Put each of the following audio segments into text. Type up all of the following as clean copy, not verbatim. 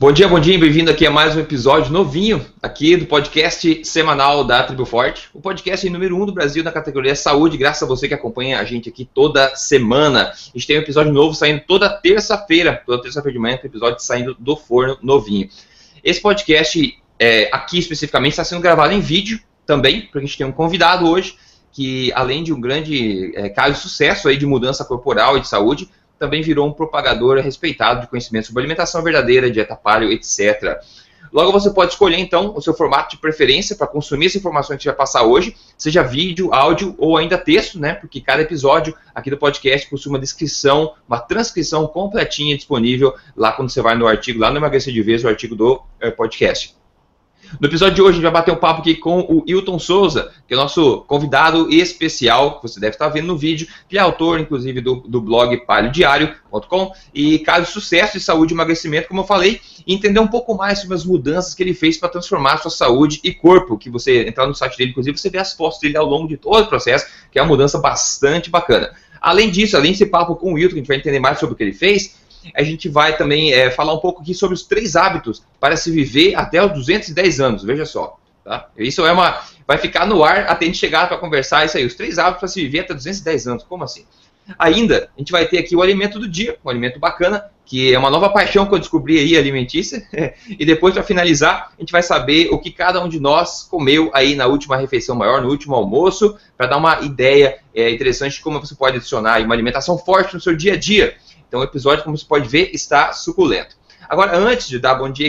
Bom dia, bem-vindo aqui a mais um episódio novinho aqui do podcast semanal da Tribo Forte, o podcast número 1 do Brasil na categoria Saúde, graças a você que acompanha a gente aqui toda semana. A gente tem um episódio novo saindo toda terça-feira de manhã, tem um episódio saindo do forno novinho. Esse podcast aqui especificamente está sendo gravado em vídeo também, porque a gente tem um convidado hoje que, além de um grande caso de sucesso aí de mudança corporal e de saúde, também virou um propagador respeitado de conhecimento sobre alimentação verdadeira, dieta paleo, etc. Logo, você pode escolher, então, o seu formato de preferência para consumir essa informação que a gente vai passar hoje, seja vídeo, áudio ou ainda texto, né? Porque cada episódio aqui do podcast possui uma descrição, uma transcrição completinha disponível lá quando você vai no artigo, lá no Emagrecer de Vez, o artigo do podcast. No episódio de hoje, a gente vai bater um papo aqui com o Hilton Souza, que é o nosso convidado especial, que você deve estar vendo no vídeo, que é autor, inclusive, do blog paleodiário.com, e caso de sucesso de saúde e emagrecimento, como eu falei, e entender um pouco mais sobre as mudanças que ele fez para transformar a sua saúde e corpo, que você entrar no site dele, inclusive, você vê as fotos dele ao longo de todo o processo, que é uma mudança bastante bacana. Além disso, além desse papo com o Hilton, que a gente vai entender mais sobre o que ele fez, a gente vai também falar um pouco aqui sobre os 3 hábitos para se viver até os 210 anos, veja só. Tá? Isso vai ficar no ar até a gente chegar para conversar isso aí, os 3 hábitos para se viver até 210 anos, como assim? Ainda, a gente vai ter aqui o alimento do dia, um alimento bacana, que é uma nova paixão que eu descobri aí, alimentícia, e depois, para finalizar, a gente vai saber o que cada um de nós comeu aí na última refeição maior, no último almoço, para dar uma ideia interessante de como você pode adicionar aí uma alimentação forte no seu dia a dia. Então o episódio, como você pode ver, está suculento. Agora, antes de dar bom dia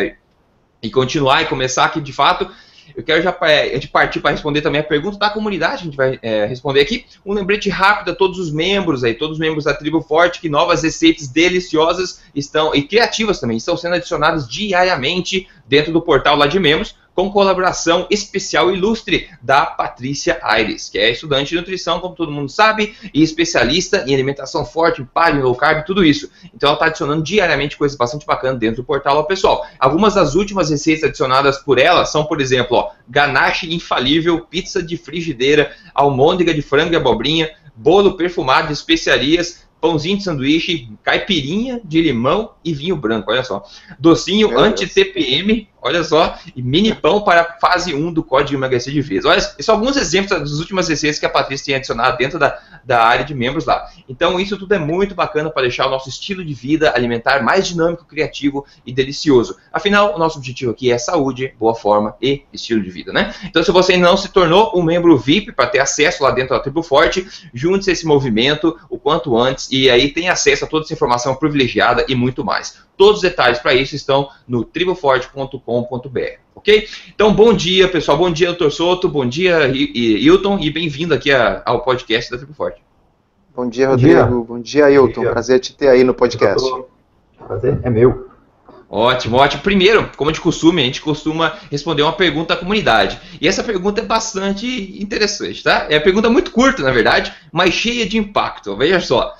e continuar e começar aqui de fato, eu quero já partir para responder também a pergunta da comunidade, que a gente vai responder aqui. Um lembrete rápido a todos os membros da Tribo Forte, que novas receitas deliciosas e criativas também estão sendo adicionadas diariamente dentro do portal lá de membros, com colaboração especial ilustre da Patrícia Aires, que é estudante de nutrição, como todo mundo sabe, e especialista em alimentação forte, paleo, low carb, tudo isso. Então ela está adicionando diariamente coisas bastante bacanas dentro do portal ao pessoal. Algumas das últimas receitas adicionadas por ela são, por exemplo, ganache infalível, pizza de frigideira, almôndega de frango e abobrinha, bolo perfumado de especiarias, pãozinho de sanduíche, caipirinha de limão e vinho branco, olha só. Docinho anti-TPM, olha só, e mini pão para fase 1 do Código Emagrecer de Vez. Olha, esses são alguns exemplos das últimas receitas que a Patrícia tem adicionado dentro da área de membros lá. Então isso tudo é muito bacana para deixar o nosso estilo de vida alimentar mais dinâmico, criativo e delicioso. Afinal, o nosso objetivo aqui é saúde, boa forma e estilo de vida, né? Então se você não se tornou um membro VIP para ter acesso lá dentro da Tribo Forte, junte-se a esse movimento o quanto antes e aí tem acesso a toda essa informação privilegiada e muito mais. Todos os detalhes para isso estão no triboforte.com.br, ok? Então, bom dia, pessoal. Bom dia, Dr. Souto. Bom dia, Hilton. E bem-vindo aqui ao podcast da Tribo Forte. Bom dia, Rodrigo. Bom dia, Hilton. Prazer te ter aí no podcast. Prazer é meu. Ótimo, ótimo. Primeiro, como de costume, a gente costuma responder uma pergunta da comunidade. E essa pergunta é bastante interessante, tá? É uma pergunta muito curta, na verdade, mas cheia de impacto. Veja só.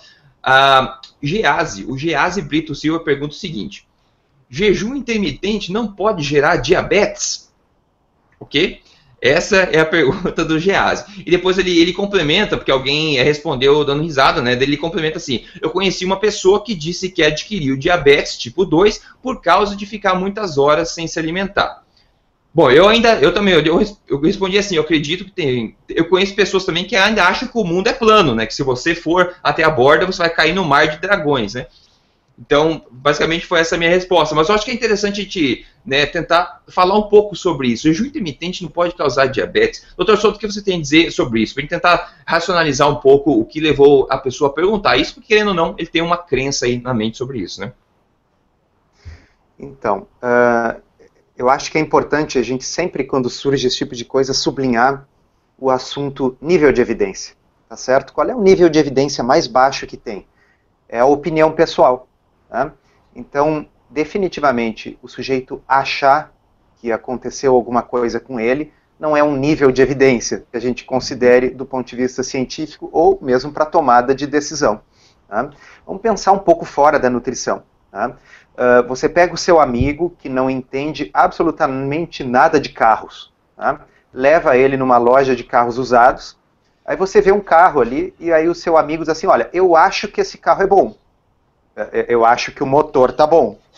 O Gease Brito Silva pergunta o seguinte: jejum intermitente não pode gerar diabetes? Ok? Essa é a pergunta do Gease. E depois ele complementa, porque alguém respondeu dando risada, né? Ele complementa assim: eu conheci uma pessoa que disse que adquiriu diabetes tipo 2 por causa de ficar muitas horas sem se alimentar. Bom, eu respondi assim, eu acredito que eu conheço pessoas também que ainda acham que o mundo é plano, né? Que se você for até a borda, você vai cair no mar de dragões, né? Então, basicamente foi essa a minha resposta. Mas eu acho que é interessante a gente tentar falar um pouco sobre isso. O jejum intermitente não pode causar diabetes. Doutor Souto, o que você tem a dizer sobre isso? Para a gente tentar racionalizar um pouco o que levou a pessoa a perguntar isso, porque querendo ou não, ele tem uma crença aí na mente sobre isso, né? Então, eu acho que é importante a gente sempre, quando surge esse tipo de coisa, sublinhar o assunto nível de evidência, tá certo? Qual é o nível de evidência mais baixo que tem? É a opinião pessoal, tá? Então, definitivamente, o sujeito achar que aconteceu alguma coisa com ele não é um nível de evidência que a gente considere do ponto de vista científico ou mesmo para tomada de decisão, tá? Vamos pensar um pouco fora da nutrição, tá? Você pega o seu amigo que não entende absolutamente nada de carros, tá? Leva ele numa loja de carros usados, aí você vê um carro ali e aí o seu amigo diz assim: olha, eu acho que esse carro é bom, eu acho que o motor tá bom.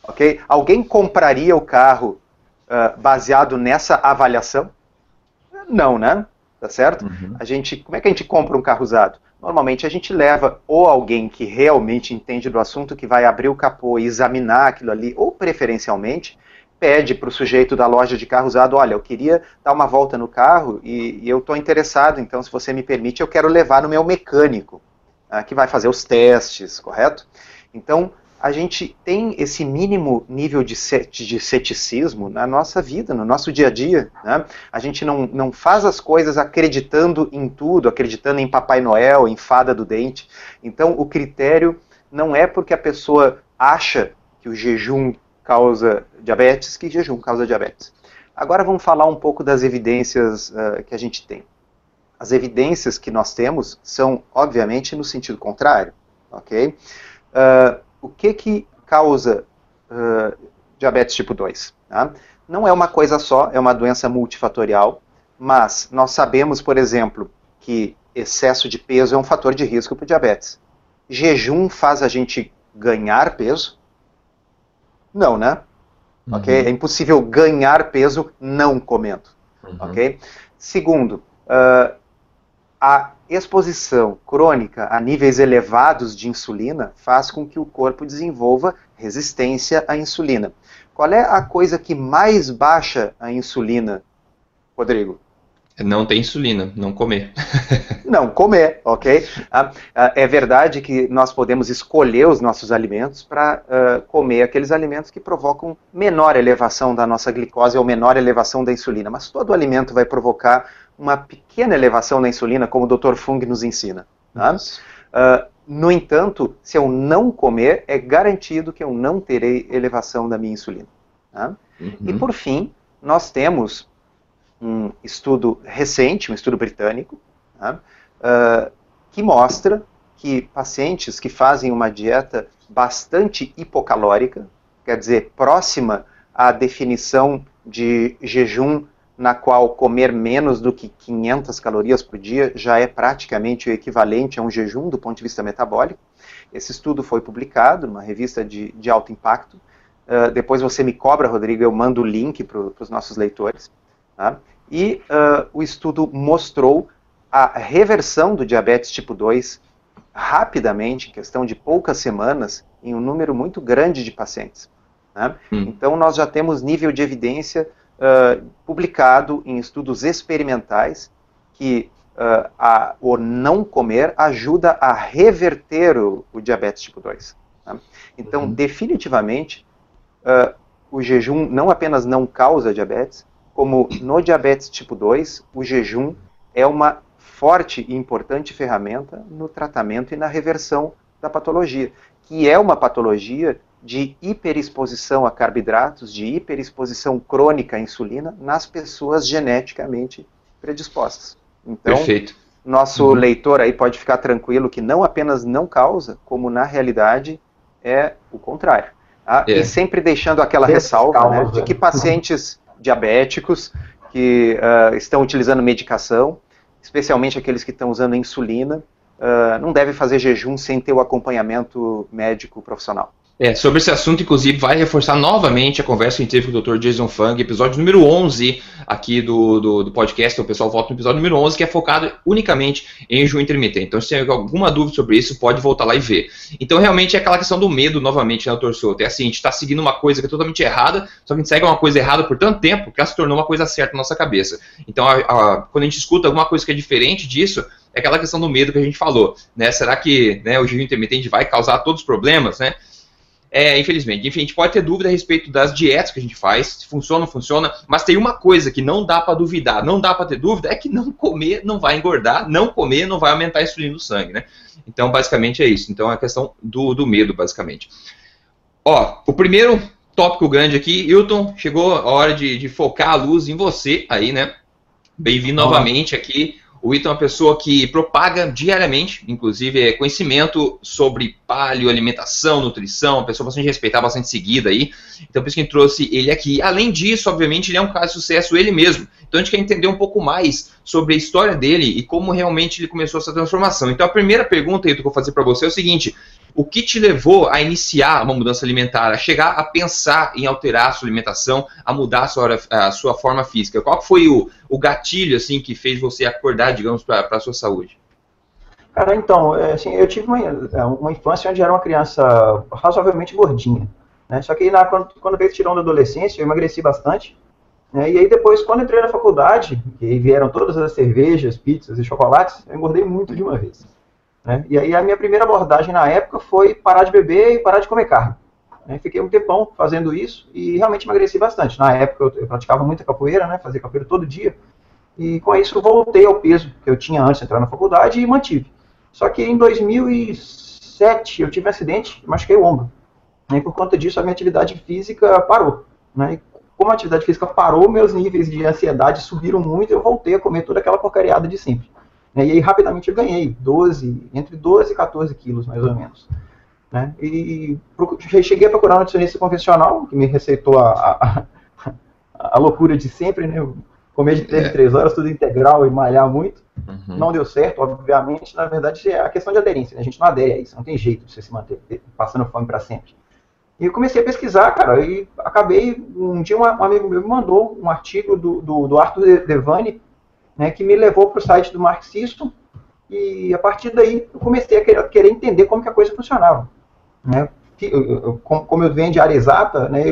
ok? Alguém compraria o carro baseado nessa avaliação? Não, né? Tá certo? Como é que a gente compra um carro usado? Normalmente a gente leva ou alguém que realmente entende do assunto, que vai abrir o capô e examinar aquilo ali, ou preferencialmente pede para o sujeito da loja de carro usado, olha, eu queria dar uma volta no carro e eu estou interessado, então se você me permite, eu quero levar no meu mecânico, que vai fazer os testes, correto? Então, a gente tem esse mínimo nível de ceticismo na nossa vida, no nosso dia a dia. Né? A gente não faz as coisas acreditando em tudo, acreditando em Papai Noel, em Fada do Dente. Então, o critério não é porque a pessoa acha que o jejum causa diabetes, que jejum causa diabetes. Agora vamos falar um pouco das evidências que a gente tem. As evidências que nós temos são, obviamente, no sentido contrário. Ok? O que causa diabetes tipo 2? Tá? Não é uma coisa só, é uma doença multifatorial, mas nós sabemos, por exemplo, que excesso de peso é um fator de risco para o diabetes. Jejum faz a gente ganhar peso? Não, né? Okay? É impossível ganhar peso não comendo. Okay? Segundo, a exposição crônica a níveis elevados de insulina faz com que o corpo desenvolva resistência à insulina. Qual é a coisa que mais baixa a insulina, Rodrigo? Não ter insulina, não comer. Não comer, ok? É verdade que nós podemos escolher os nossos alimentos para comer aqueles alimentos que provocam menor elevação da nossa glicose ou menor elevação da insulina, mas todo alimento vai provocar uma pequena elevação da insulina, como o Dr. Fung nos ensina. Tá? No entanto, se eu não comer, é garantido que eu não terei elevação da minha insulina. Tá? E por fim, nós temos um estudo recente, um estudo britânico, tá? Que mostra que pacientes que fazem uma dieta bastante hipocalórica, quer dizer, próxima à definição de jejum na qual comer menos do que 500 calorias por dia já é praticamente o equivalente a um jejum do ponto de vista metabólico. Esse estudo foi publicado numa revista de alto impacto. Depois você me cobra, Rodrigo, eu mando o link para os nossos leitores. Tá? E o estudo mostrou a reversão do diabetes tipo 2 rapidamente, em questão de poucas semanas, em um número muito grande de pacientes. Né? Então nós já temos nível de evidência publicado em estudos experimentais que o não comer ajuda a reverter o diabetes tipo 2. Né? Então, definitivamente, o jejum não apenas não causa diabetes, como no diabetes tipo 2, o jejum é uma forte e importante ferramenta no tratamento e na reversão da patologia, que é uma patologia de hiperexposição a carboidratos, de hiperexposição crônica à insulina nas pessoas geneticamente predispostas. Então, perfeito. Nosso leitor aí pode ficar tranquilo que não apenas não causa, como na realidade é o contrário. E sempre deixando aquela ressalva, né, de que pacientes diabéticos que estão utilizando medicação, especialmente aqueles que estão usando insulina, não devem fazer jejum sem ter o acompanhamento médico profissional. Sobre esse assunto, inclusive, vai reforçar novamente a conversa que a gente teve com o Dr. Jason Fung, episódio número 11 aqui do podcast, então o pessoal volta no episódio número 11, que é focado unicamente em jejum intermitente. Então, se tem alguma dúvida sobre isso, pode voltar lá e ver. Então, realmente, é aquela questão do medo, novamente, né, Dr. Souto? É assim, a gente está seguindo uma coisa que é totalmente errada, só que a gente segue uma coisa errada por tanto tempo que ela se tornou uma coisa certa na nossa cabeça. Então, quando a gente escuta alguma coisa que é diferente disso, é aquela questão do medo que a gente falou, né? Será que, né, o jejum intermitente vai causar todos os problemas, né? Infelizmente. Enfim, a gente pode ter dúvida a respeito das dietas que a gente faz, se funciona ou não funciona, mas tem uma coisa que não dá para duvidar, não dá para ter dúvida, é que não comer não vai engordar, não comer não vai aumentar a insulina no sangue, né? Então, basicamente é isso. Então, é a questão do medo, basicamente. O primeiro tópico grande aqui, Hilton, chegou a hora de focar a luz em você aí, né? Bem-vindo novamente aqui. O Hilton é uma pessoa que propaga diariamente, inclusive, conhecimento sobre paleoalimentação, nutrição, uma pessoa bastante respeitada, bastante seguida aí. Então, por isso que a gente trouxe ele aqui. Além disso, obviamente, ele é um caso de sucesso ele mesmo. Então, a gente quer entender um pouco mais sobre a história dele e como realmente ele começou essa transformação. Então, a primeira pergunta, Hilton, que eu vou fazer para você é o seguinte: o que te levou a iniciar uma mudança alimentar, a chegar a pensar em alterar a sua alimentação, a mudar a sua forma física? Qual foi o gatilho assim, que fez você acordar, digamos, para a sua saúde? Cara, então, assim, eu tive uma infância onde era uma criança razoavelmente gordinha, né? Só que quando veio tirando da adolescência, eu emagreci bastante, né? E aí depois, quando entrei na faculdade, e vieram todas as cervejas, pizzas e chocolates, eu engordei muito de uma vez, né? E aí a minha primeira abordagem na época foi parar de beber e parar de comer carne, né? Fiquei um tempão fazendo isso e realmente emagreci bastante. Na época eu praticava muita capoeira, né? Fazia capoeira todo dia, e com isso eu voltei ao peso que eu tinha antes de entrar na faculdade e mantive. Só que em 2007 eu tive um acidente e machuquei o ombro. E por conta disso a minha atividade física parou, né? E como a atividade física parou, meus níveis de ansiedade subiram muito e eu voltei a comer toda aquela porcariada de sempre. E aí rapidamente eu ganhei entre 12 e 14 quilos mais ou menos, né? E cheguei a procurar um nutricionista convencional que me receitou a loucura de sempre, né? Comer de 3 em 3 horas, tudo integral e malhar muito. Não deu certo, obviamente. Na verdade, é a questão de aderência, né? A gente não adere a isso, não tem jeito de você se manter passando fome para sempre. E eu comecei a pesquisar, cara, e acabei, um dia um amigo meu me mandou um artigo do Arthur Devane, né, que me levou para o site do Mark Sisson, e a partir daí eu comecei a querer entender como que a coisa funcionava, né? Como eu venho de área exata, né, eu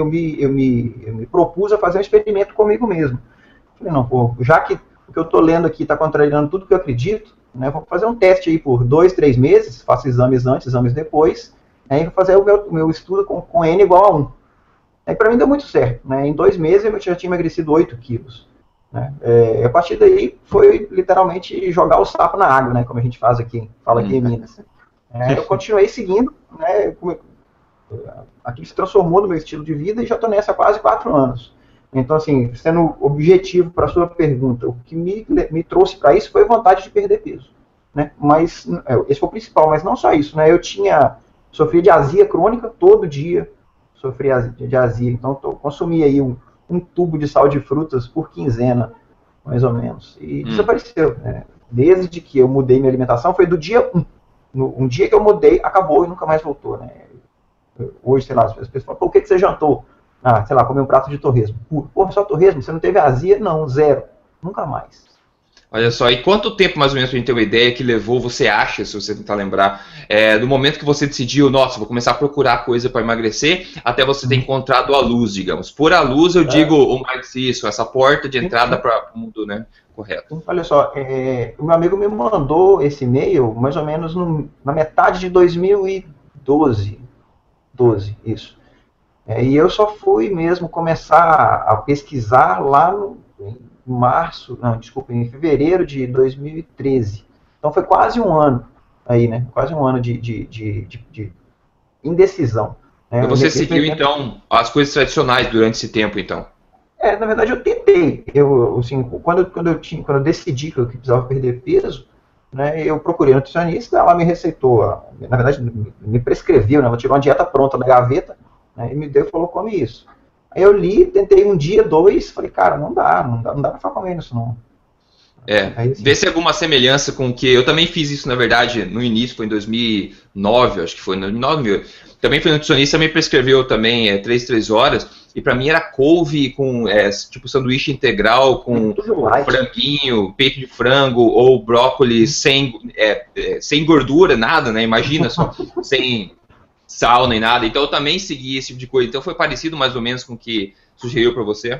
me propus a fazer um experimento comigo mesmo. Falei, não, pô, já que o que eu estou lendo aqui está contrariando tudo que eu acredito, né, vou fazer um teste aí por 2, 3 meses, faço exames antes, exames depois, né, e vou fazer o meu estudo com N igual a 1. Aí para mim deu muito certo, né, em 2 meses eu já tinha emagrecido 8 quilos. Né, a partir daí foi literalmente jogar o sapo na água, né, como a gente fala aqui em Minas. Eu continuei seguindo, né, aquilo se transformou no meu estilo de vida e já estou nessa há quase 4 anos. Então, assim, sendo objetivo para a sua pergunta, o que me trouxe para isso foi a vontade de perder peso, né? Mas esse foi o principal, mas não só isso, né? Eu sofria de azia crônica todo dia, sofria de azia, então eu consumia aí um tubo de sal de frutas por quinzena, mais ou menos, e desapareceu, né? Desde que eu mudei minha alimentação, foi do dia 1. Um dia que eu mudei, acabou e nunca mais voltou, né? Hoje, sei lá, as pessoas falam, por que você jantou? Sei lá, comer um prato de torresmo. Pô, só torresmo? Você não teve azia? Não, 0. Nunca mais. Olha só, e quanto tempo mais ou menos pra gente ter uma ideia que levou, você acha, se você tentar lembrar, do momento que você decidiu, nossa, vou começar a procurar coisa para emagrecer, até você ter encontrado a luz, digamos. Por a luz eu digo o marxismo, essa porta de entrada para o mundo, né? Correto. Olha só, o meu amigo me mandou esse e-mail mais ou menos na metade de 2012. Isso. E eu só fui mesmo começar a pesquisar lá em fevereiro de 2013. Então foi quase um ano aí, né? Quase um ano de indecisão. Né? E você seguiu, então, as coisas tradicionais durante esse tempo, então? Na verdade eu tentei. Assim, quando eu decidi que eu precisava perder peso, né, eu procurei um nutricionista, ela me receitou, na verdade me prescreveu, né, ela tirou uma dieta pronta da gaveta, né, e me deu e falou, come isso. Aí eu li, tentei um dia, 2, falei, cara, não dá pra ficar comendo isso não. Aí, assim, vê-se alguma semelhança com o que eu também fiz isso, na verdade, no início, foi em 2009, acho que foi, 2009, também foi nutricionista, me prescreveu também 3 horas, e pra mim era couve com, tipo, sanduíche integral com franguinho, peito de frango, ou brócolis sem gordura, nada, né, imagina só, sem sal nem nada, então eu também segui esse tipo de coisa, então foi parecido mais ou menos com o que sugeriu pra você?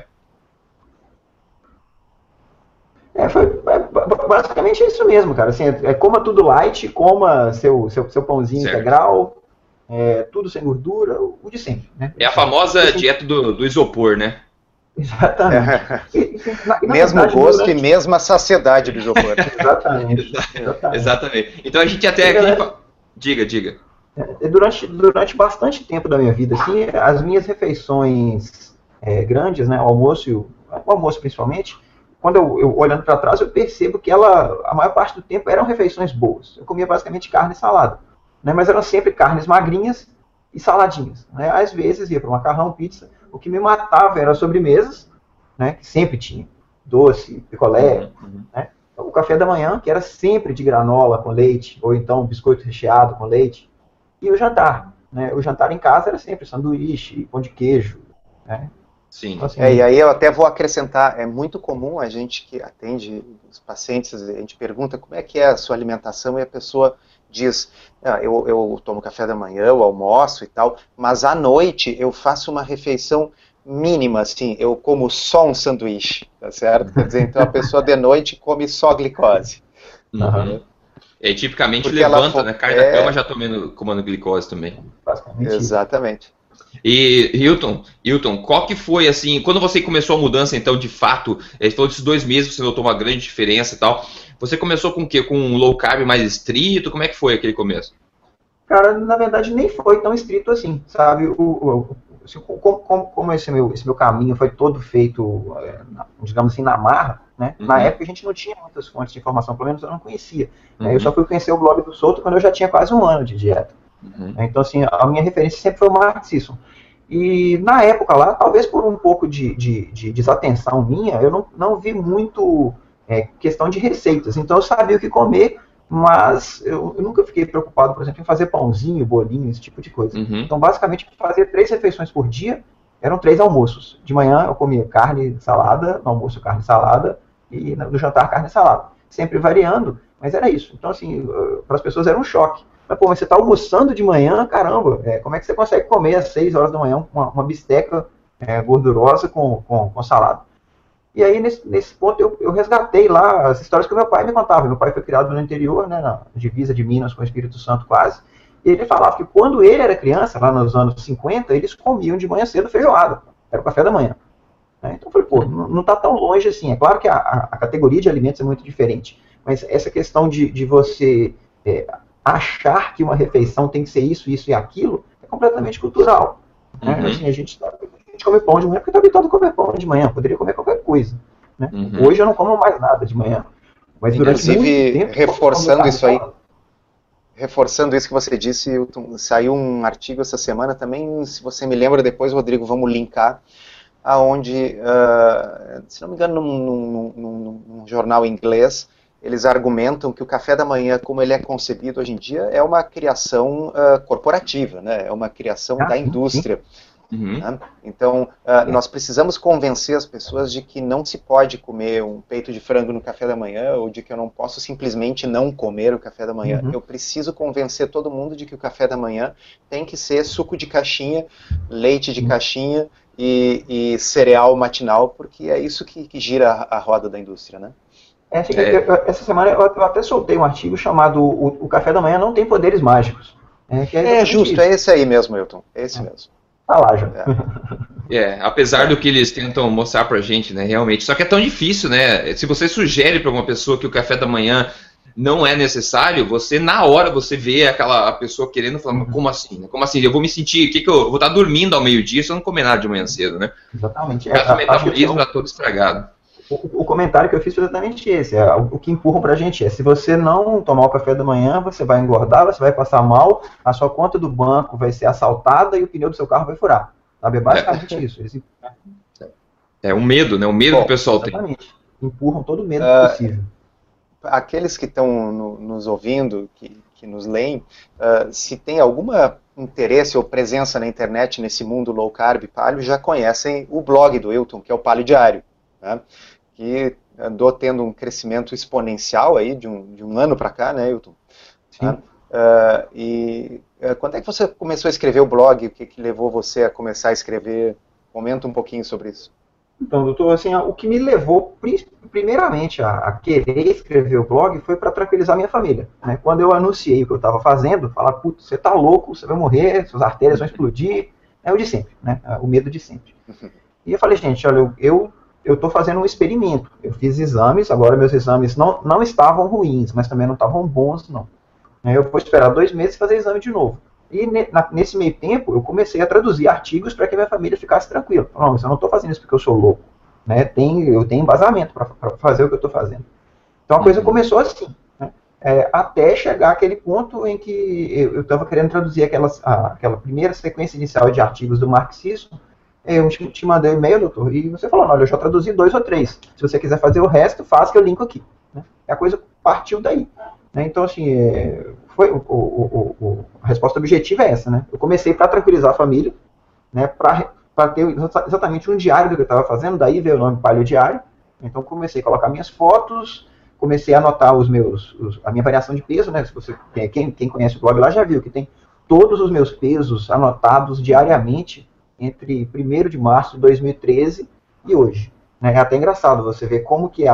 Foi basicamente isso mesmo, cara. Assim, coma tudo light, coma seu pãozinho integral, tudo sem gordura, o de sempre. Né? É a famosa dieta do isopor, né? Exatamente. Mesmo verdade, gosto e mesma saciedade do isopor. Exatamente. Então a gente até aqui... Diga. Durante bastante tempo da minha vida, assim, as minhas refeições grandes, né, o almoço principalmente, quando eu olhando para trás, eu percebo que a maior parte do tempo eram refeições boas. Eu comia basicamente carne e salada, né? Mas eram sempre carnes magrinhas e saladinhas. Né? Às vezes ia para macarrão, pizza. O que me matava eram as sobremesas, né? Que sempre tinha doce, picolé. Né? O café da manhã, que era sempre de granola com leite, ou então biscoito recheado com leite. e o jantar. Né? O jantar em casa era sempre sanduíche, pão de queijo. Né? Sim. Então, assim, E aí eu até vou acrescentar, é muito comum a gente que atende os pacientes, a gente pergunta como é que é a sua alimentação e a pessoa diz, eu tomo café da manhã, eu almoço e tal, mas à noite eu faço uma refeição mínima, assim, eu como só um sanduíche, tá certo? Quer dizer, então a pessoa de noite come só glicose. Uhum. E tipicamente Porque levanta, ela né? Cai da cama já comendo glicose também. basicamente isso. Exatamente. E, Hilton, qual que foi, assim, quando você começou a mudança, então, de fato, ele falou desses 2 meses, você notou uma grande diferença e tal, você começou com o quê? Com um low carb mais estrito? Como é que foi aquele começo? Cara, na verdade, nem foi tão estrito assim, sabe? Como esse meu caminho foi todo feito, digamos assim, na marra, né? Uhum. Na época a gente não tinha muitas fontes de informação, pelo menos eu não conhecia. Uhum. Eu só fui conhecer o blog do Souto quando eu já tinha quase 1 ano de dieta. Uhum. Então, assim, a minha referência sempre foi o Mark Sisson. E na época lá, talvez por um pouco de desatenção minha, eu não vi muito questão de receitas. Então eu sabia o que comer, mas eu nunca fiquei preocupado, por exemplo, em fazer pãozinho, bolinho, esse tipo de coisa. Uhum. Então, basicamente, fazer 3 refeições por dia, eram 3 almoços. De manhã eu comia carne, salada, no almoço carne, salada, e no jantar carne, salada. Sempre variando, mas era isso. Então, assim, para as pessoas era um choque. Mas, pô, mas você está almoçando de manhã, caramba, como é que você consegue comer às 6 horas da manhã uma bisteca gordurosa com salada? E aí, nesse ponto, eu resgatei lá as histórias que o meu pai me contava. Meu pai foi criado no interior, né, na divisa de Minas com o Espírito Santo quase. E ele falava que quando ele era criança, lá nos anos 50, eles comiam de manhã cedo feijoada. Era o café da manhã. Então eu falei, pô, não está tão longe assim. É claro que a categoria de alimentos é muito diferente. Mas essa questão de você achar que uma refeição tem que ser isso, isso e aquilo, é completamente cultural. Uhum. Assim, a gente come pão de manhã porque está habituado a comer pão de manhã, poderia comer qualquer coisa. Né? Uhum. Hoje eu não como mais nada de manhã. Mas durante Inclusive, muito tempo, reforçando isso aí, reforçando isso que você disse, saiu um artigo essa semana também, se você me lembra depois, Rodrigo, vamos linkar, aonde, se não me engano, num jornal inglês, eles argumentam que o café da manhã, como ele é concebido hoje em dia, é uma criação corporativa, né? É uma criação da indústria. Uhum. Né? Então, nós precisamos convencer as pessoas de que não se pode comer um peito de frango no café da manhã, ou de que eu não posso simplesmente não comer o café da manhã. Uhum. Eu preciso convencer todo mundo de que o café da manhã tem que ser suco de caixinha, leite de caixinha e cereal matinal, porque é isso que gira a roda da indústria, né? Essa semana eu até soltei um artigo chamado O Café da Manhã Não Tem Poderes Mágicos. É justo, isso. É esse aí mesmo, Hilton. É esse mesmo. Tá lá já. Apesar do que eles tentam mostrar pra gente, né, realmente. Só que é tão difícil, né? Se você sugere pra uma pessoa que o café da manhã não é necessário, você, na hora, você vê a pessoa querendo falar, mas como assim? Como assim? Eu vou me sentir, eu vou estar dormindo ao meio-dia se eu não comer nada de manhã cedo, né? Exatamente. O metabolismo está todo estragado. O comentário que eu fiz foi exatamente esse. O que empurram pra gente se você não tomar o café da manhã, você vai engordar, você vai passar mal, a sua conta do banco vai ser assaltada e o pneu do seu carro vai furar. Sabe? É basicamente isso. Eles... É um medo, né? O medo que o pessoal exatamente. Tem. Empurram todo o medo possível. Aqueles que estão nos ouvindo, que nos leem, se tem algum interesse ou presença na internet nesse mundo low carb paleo, já conhecem o blog do Hilton, que é o Paleo Diário, né? Que andou tendo um crescimento exponencial aí de um ano para cá, né, Hilton? Sim. Quando é que você começou a escrever o blog? O que levou você a começar a escrever? Comenta um pouquinho sobre isso. Então, doutor, assim, o que me levou primeiramente a querer escrever o blog foi para tranquilizar minha família. Né? Quando eu anunciei o que eu estava fazendo, falaram, putz, você tá louco, você vai morrer, suas artérias vão explodir. É o de sempre, né? O medo de sempre. E eu falei, gente, olha, eu estou fazendo um experimento. Eu fiz exames, agora meus exames não estavam ruins, mas também não estavam bons, não. Eu vou esperar 2 meses e fazer exame de novo. E nesse meio tempo, eu comecei a traduzir artigos para que a minha família ficasse tranquila. Não, mas eu não estou fazendo isso porque eu sou louco. Né? Eu tenho embasamento para fazer o que eu estou fazendo. Então a coisa começou assim. Né? Até chegar aquele ponto em que eu estava querendo traduzir aquela primeira sequência inicial de artigos do Mark Sisson. Eu te mandei um e-mail, doutor, e você falou, olha, eu já traduzi 2 ou 3. Se você quiser fazer o resto, faz que eu linko aqui. Né? E a coisa partiu daí. né? Então, assim, foi a resposta objetiva é essa, né? Eu comecei para tranquilizar a família, né? Para ter exatamente um diário do que eu estava fazendo, daí veio o nome Paleo Diário. Então, comecei a colocar minhas fotos, comecei a anotar a minha variação de peso, né? Se você, quem conhece o blog lá já viu que tem todos os meus pesos anotados diariamente entre 1º de março de 2013 e hoje. Né? É até engraçado você ver como que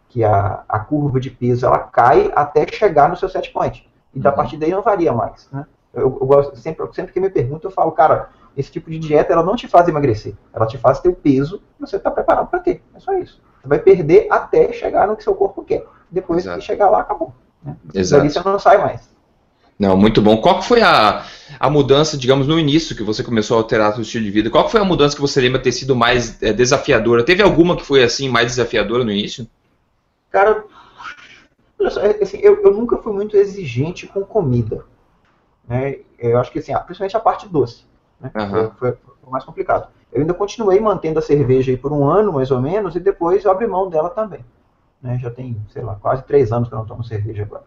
a curva de peso ela cai até chegar no seu set point. E da partir daí não varia mais. Né? Eu gosto, sempre que me perguntam, eu falo, cara, esse tipo de dieta ela não te faz emagrecer, ela te faz ter o peso que você está preparado para ter. É só isso. Você vai perder até chegar no que seu corpo quer. Depois que chegar lá, acabou. Né? Daí você não sai mais. Não, muito bom. Qual que foi a mudança, digamos, no início que você começou a alterar seu estilo de vida? Qual que foi a mudança que você lembra ter sido mais desafiadora? Teve alguma que foi assim mais desafiadora no início? Cara, assim, eu nunca fui muito exigente com comida. Né? Eu acho que assim, principalmente a parte doce. Né? Foi o mais complicado. Eu ainda continuei mantendo a cerveja aí por 1 ano, mais ou menos, e depois eu abri mão dela também. Né? Já tem, sei lá, quase 3 anos que eu não tomo cerveja agora.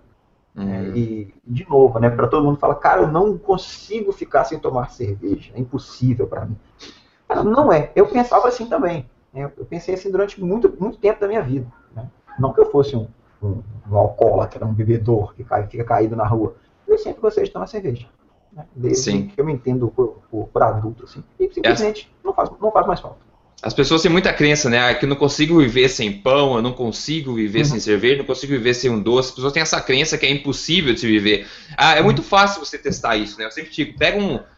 E, de novo, né, para todo mundo falar, cara, eu não consigo ficar sem tomar cerveja, é impossível para mim. Cara, não é. Eu pensava assim também. Né? Eu pensei assim durante muito tempo da minha vida. Né? Não que eu fosse um alcoólatra, um bebedor que fica caído na rua. Eu sempre gostei de tomar cerveja. Né? Desde que eu me entendo por adulto. Assim. E simplesmente não faz mais falta. As pessoas têm muita crença, né? Que eu não consigo viver sem pão, eu não consigo viver sem cerveja, não consigo viver sem um doce. As pessoas têm essa crença que é impossível de se viver. É muito fácil você testar isso, né? Eu sempre digo, pega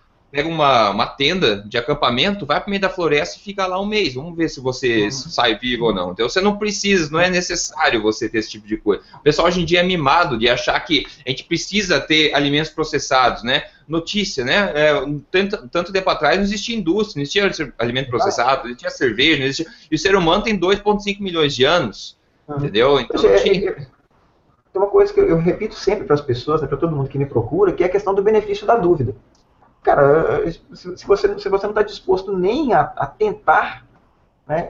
uma tenda de acampamento, vai para o meio da floresta e fica lá um mês. Vamos ver se você sai vivo ou não. Então você não precisa, não é necessário você ter esse tipo de coisa. O pessoal hoje em dia é mimado de achar que a gente precisa ter alimentos processados, né? Notícia, né? Tanto tempo atrás não existia indústria, não existia alimento processado, não existia cerveja, não existia... E o ser humano tem 2,5 milhões de anos, entendeu? Então tem uma coisa que eu repito sempre para as pessoas, né, para todo mundo que me procura, que é a questão do benefício da dúvida. Cara, se você não está disposto nem a tentar, né,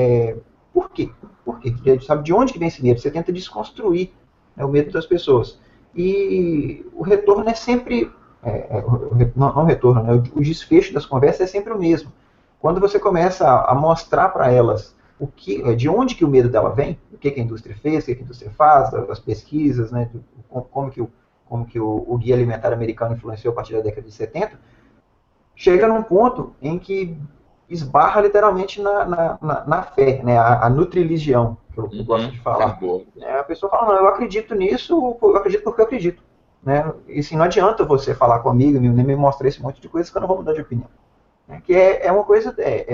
por quê? Por quê? Sabe de onde que vem esse medo? Você tenta desconstruir, né, o medo das pessoas. E o retorno é sempre... não o retorno, né, o desfecho das conversas é sempre o mesmo. Quando você começa a mostrar para elas de onde que o medo dela vem, o que a indústria fez, o que a indústria faz, as pesquisas, né, como que o Guia Alimentar Americano influenciou a partir da década de 70, chega num ponto em que esbarra literalmente na fé, né, a nutrileligião, que eu gosto de falar. A pessoa fala, não, eu acredito nisso, eu acredito porque eu acredito. Né? E assim, não adianta você falar comigo, nem me mostrar esse monte de coisas que eu não vou mudar de opinião. Né? Que é uma coisa...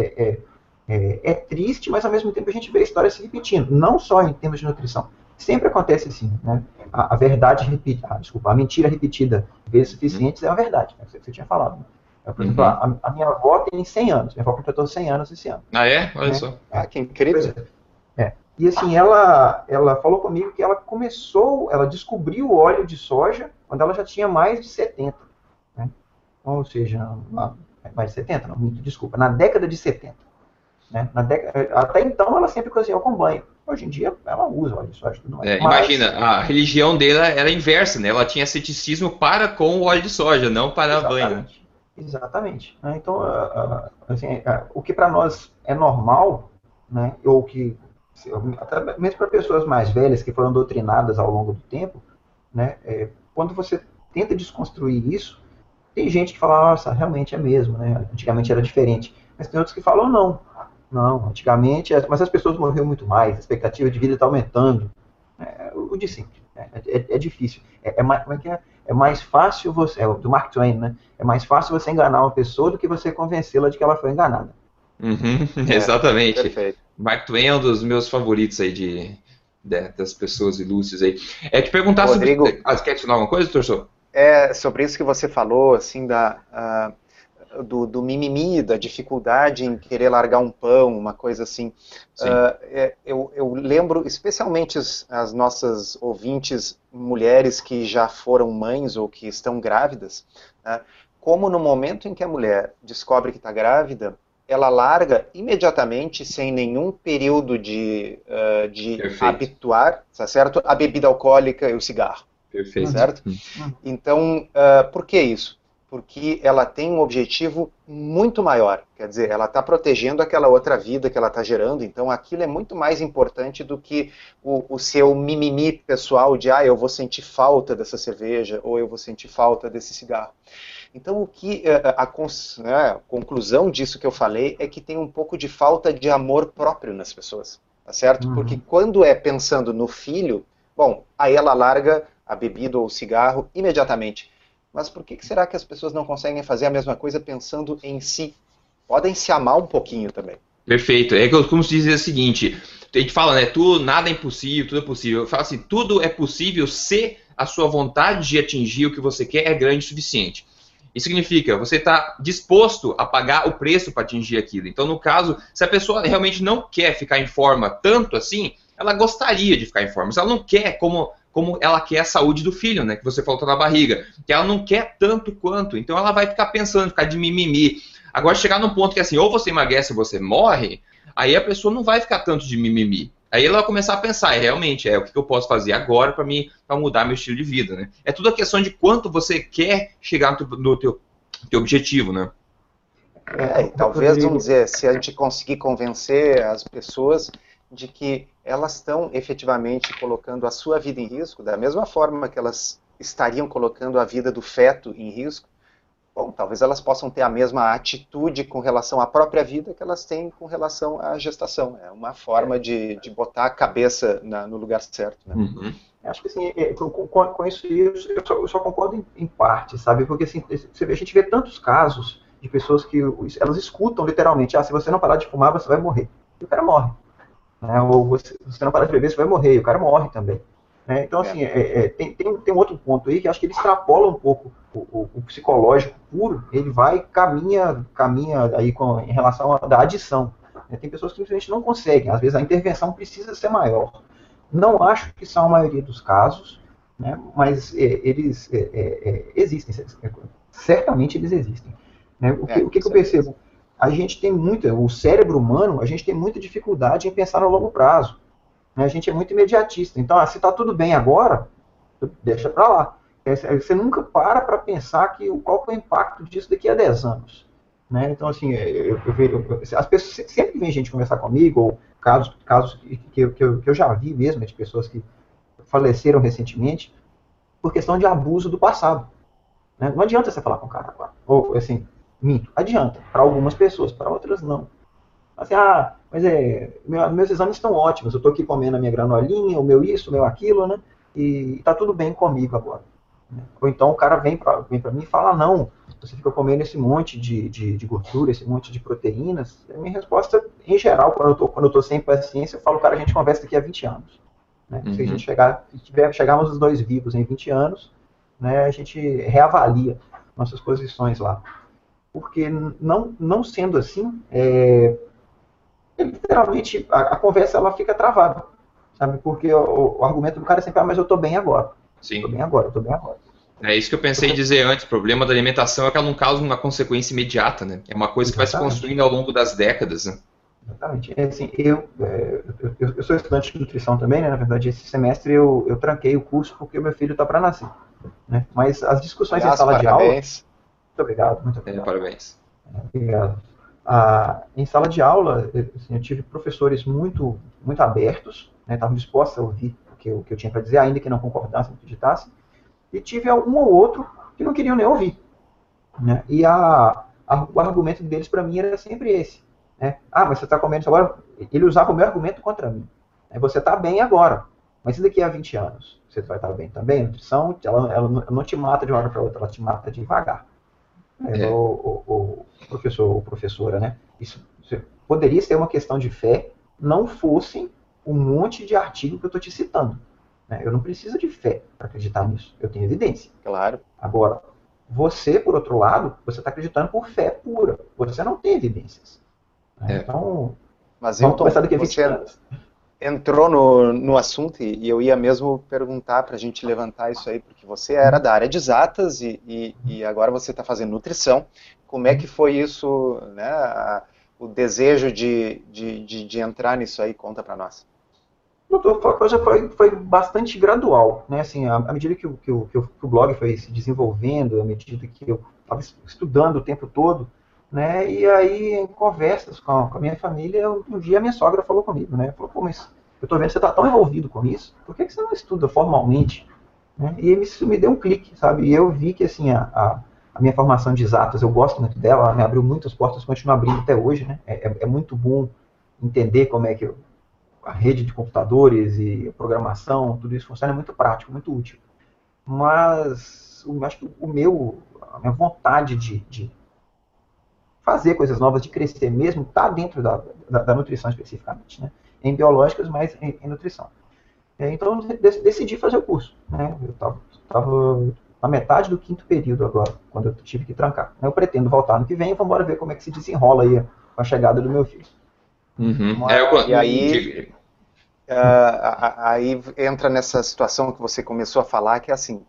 É triste, mas ao mesmo tempo a gente vê a história se repetindo, não só em termos de nutrição. Sempre acontece assim, né? A verdade repetida, a mentira repetida vezes suficientes é a verdade, né? Você tinha falado. Né? Por exemplo, a minha avó tem 100 anos, minha avó completou 100 anos esse ano. Ah, é? Olha né? só. Ah, que incrível. E assim, ela falou comigo que ela descobriu o óleo de soja quando ela já tinha mais de 70. Né? Ou seja, mais de 70, não, desculpa, na década de 70. Né? Até então ela sempre cozinhou com banho. Hoje em dia ela usa óleo de soja e tudo mais. Imagina, a religião dela era inversa, né? Ela tinha ceticismo para com o óleo de soja, não para banho. Exatamente. Então, assim, o que para nós é normal, né? Ou que até mesmo para pessoas mais velhas que foram doutrinadas ao longo do tempo, né? Quando você tenta desconstruir isso, tem gente que fala, nossa, realmente é mesmo, né? Antigamente era diferente. Mas tem outros que falam, não, antigamente, mas as pessoas morreram muito mais, a expectativa de vida está aumentando. O de sempre. É difícil. É mais fácil você, do Mark Twain, né? É mais fácil você enganar uma pessoa do que você convencê-la de que ela foi enganada. Exatamente. Perfeito. Mark Twain é um dos meus favoritos aí das pessoas ilustres aí. Te perguntar Rodrigo, sobre... quer adicionar alguma coisa, Torçou? Sobre isso que você falou, assim, do mimimi, da dificuldade em querer largar um pão, uma coisa assim. Eu lembro, especialmente as nossas ouvintes mulheres que já foram mães ou que estão grávidas, como no momento em que a mulher descobre que está grávida, ela larga imediatamente, sem nenhum período de habituar, tá certo? A bebida alcoólica e o cigarro. Perfeito. Certo? Então, por que isso? Porque ela tem um objetivo muito maior. Quer dizer, ela está protegendo aquela outra vida que ela está gerando, então aquilo é muito mais importante do que o seu mimimi pessoal de eu vou sentir falta dessa cerveja, ou eu vou sentir falta desse cigarro. Então, a conclusão disso que eu falei é que tem um pouco de falta de amor próprio nas pessoas, tá certo? Porque quando é pensando no filho, bom, aí ela larga a bebida ou o cigarro imediatamente. Mas por que será que as pessoas não conseguem fazer a mesma coisa pensando em si? Podem se amar um pouquinho também. Perfeito. É que eu costumo dizer o seguinte, a gente fala, né, nada é impossível, tudo é possível. Eu falo assim, tudo é possível se a sua vontade de atingir o que você quer é grande o suficiente. Isso significa, você está disposto a pagar o preço para atingir aquilo. Então, no caso, se a pessoa realmente não quer ficar em forma tanto assim, ela gostaria de ficar em forma. Se ela não quer como ela quer a saúde do filho, né, que você falou na barriga, que ela não quer tanto quanto, então ela vai ficar pensando, ficar de mimimi. Agora, chegar num ponto que assim, ou você emagrece ou você morre, aí a pessoa não vai ficar tanto de mimimi. Aí ela vai começar a pensar, realmente, o que eu posso fazer agora para mudar meu estilo de vida, né? É tudo a questão de quanto você quer chegar no teu objetivo, né? Talvez, vamos dizer, se a gente conseguir convencer as pessoas de que elas estão efetivamente colocando a sua vida em risco, da mesma forma que elas estariam colocando a vida do feto em risco, bom, talvez elas possam ter a mesma atitude com relação à própria vida que elas têm com relação à gestação. É uma forma de botar a cabeça no lugar certo, né? Acho que assim, com isso eu só concordo em parte, sabe? Porque assim, a gente vê tantos casos de pessoas que elas escutam literalmente, se você não parar de fumar, você vai morrer. E o cara morre. Né? Ou se você não parar de beber, você vai morrer. E o cara morre também. Né? Então, assim, tem um outro ponto aí que acho que ele extrapola um pouco o psicológico puro, ele caminha aí em relação da adição. Né? Tem pessoas que simplesmente não conseguem, às vezes a intervenção precisa ser maior. Não acho que são a maioria dos casos, né? Mas eles existem, certamente eles existem. Né? O que eu percebo? A gente tem o cérebro humano, a gente tem muita dificuldade em pensar no longo prazo. Né? A gente é muito imediatista. Então, se está tudo bem agora, deixa para lá. Você nunca para pensar qual foi o impacto disso daqui a 10 anos. Né? Então, assim, as pessoas sempre vem gente conversar comigo, ou casos que eu já vi mesmo, de pessoas que faleceram recentemente, por questão de abuso do passado. Né? Não adianta você falar com o cara agora. Ou, assim, minto. Adianta. Para algumas pessoas, para outras não. Assim, mas meus exames estão ótimos, eu estou aqui comendo a minha granolinha, o meu isso, o meu aquilo, né? E está tudo bem comigo agora. Né? Ou então o cara vem para mim e fala, não, você fica comendo esse monte de gordura, esse monte de proteínas. A minha resposta, em geral, quando eu estou sem paciência, eu falo, cara, a gente conversa daqui a 20 anos. Né? Se a gente chegarmos os dois vivos em 20 anos, né, a gente reavalia nossas posições lá. Porque não sendo assim, literalmente a conversa ela fica travada, sabe? Porque o argumento do cara é sempre, mas eu tô bem agora. Sim. Eu tô bem agora. É isso que eu pensei em dizer antes, o problema da alimentação é que ela não causa uma consequência imediata, né? É uma coisa que vai se construindo ao longo das décadas, né? Exatamente. Assim, eu sou estudante de nutrição também, né? Na verdade, esse semestre eu tranquei o curso porque o meu filho está para nascer. Né? Mas as discussões em sala de aula... Muito obrigado. Parabéns. Obrigado. Em sala de aula, assim, eu tive professores muito, muito abertos, né, estavam dispostos a ouvir o que eu tinha para dizer, ainda que não concordassem, não acreditassem, e tive um ou outro que não queriam nem ouvir. Né? E o argumento deles para mim era sempre esse. Né? Mas você está comendo isso agora? Ele usava o meu argumento contra mim. Você está bem agora, mas e daqui a 20 anos? Você vai estar bem também? A nutrição, ela não te mata de uma hora para outra, ela te mata devagar. O professor ou professora, né? Isso poderia ser uma questão de fé, não fossem um monte de artigo que eu estou te citando. Né? Eu não preciso de fé para acreditar nisso. Eu tenho evidência. Claro. Agora, você, por outro lado, você está acreditando por fé pura. Você não tem evidências. Né? Então, mas vamos conversar daqui a 20 anos. Entrou no assunto e eu ia mesmo perguntar para a gente levantar isso aí, porque você era da área de exatas e agora você está fazendo nutrição. Como é que foi isso, né, o desejo de entrar nisso aí? Conta para nós. Doutor, a coisa foi bastante gradual, né? Assim, à medida que o blog foi se desenvolvendo, à medida que eu estava estudando o tempo todo, né? E aí, em conversas com a minha família, um dia a minha sogra falou comigo, né? Falou, pô, mas eu tô vendo que você está tão envolvido com isso, por que você não estuda formalmente? Né? E isso me deu um clique, sabe? E eu vi que, assim, a minha formação de exatas, eu gosto muito dela, ela me abriu muitas portas, continua abrindo até hoje, né? É muito bom entender como é que a rede de computadores e a programação, tudo isso funciona, é muito prático, muito útil. Mas eu acho que a minha vontade de fazer coisas novas, de crescer mesmo, está dentro da nutrição especificamente, né? Em biológicas, mas em nutrição. Então eu decidi fazer o curso, né? Eu estava na metade do 5º período agora, quando eu tive que trancar. Eu pretendo voltar no que vem e vamos embora ver como é que se desenrola aí com a chegada do meu filho. E aí, aí entra nessa situação que você começou a falar, que é assim,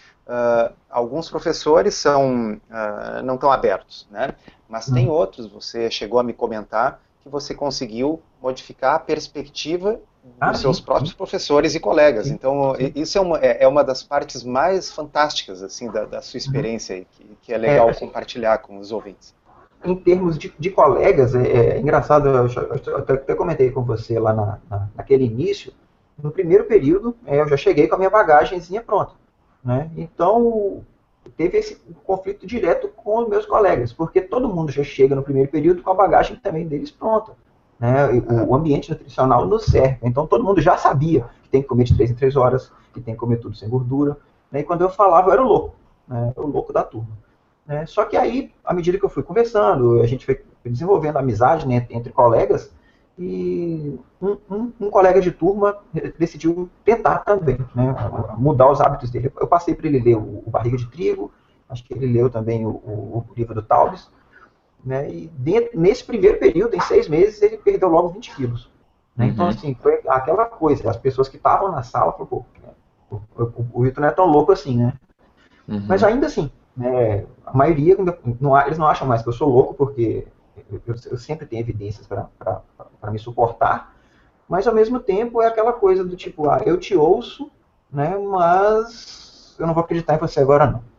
alguns professores não estão abertos, né? Mas tem outros, você chegou a me comentar, que você conseguiu modificar a perspectiva dos seus próprios professores e colegas. Então, isso é uma das partes mais fantásticas assim, da sua experiência, aí, que é legal compartilhar com os ouvintes. Em termos de colegas, é engraçado, eu até comentei com você lá naquele início, no primeiro período, eu já cheguei com a minha bagagenzinha pronta, né? Então, teve esse conflito direto com os meus colegas, porque todo mundo já chega no primeiro período com a bagagem também deles pronta, né? O ambiente nutricional nos serve, então todo mundo já sabia que tem que comer de 3 em 3 horas, que tem que comer tudo sem gordura, né? E quando eu falava, eu era o louco, né? Eu era o louco da turma. Só que aí, à medida que eu fui conversando, a gente foi desenvolvendo amizade, né, entre colegas, e um colega de turma decidiu tentar também, né, mudar os hábitos dele. Eu passei para ele ler o Barriga de Trigo, acho que ele leu também o livro do Taubes, né, e nesse primeiro período, em 6 meses, ele perdeu logo 20 quilos. Né? Então, assim, foi aquela coisa, as pessoas que estavam na sala falaram, pô, o Wilton não é tão louco assim, né? Mas ainda assim, a maioria, eles não acham mais que eu sou louco, porque eu sempre tenho evidências para me suportar, mas ao mesmo tempo é aquela coisa do tipo, eu te ouço, né, mas eu não vou acreditar em você agora não.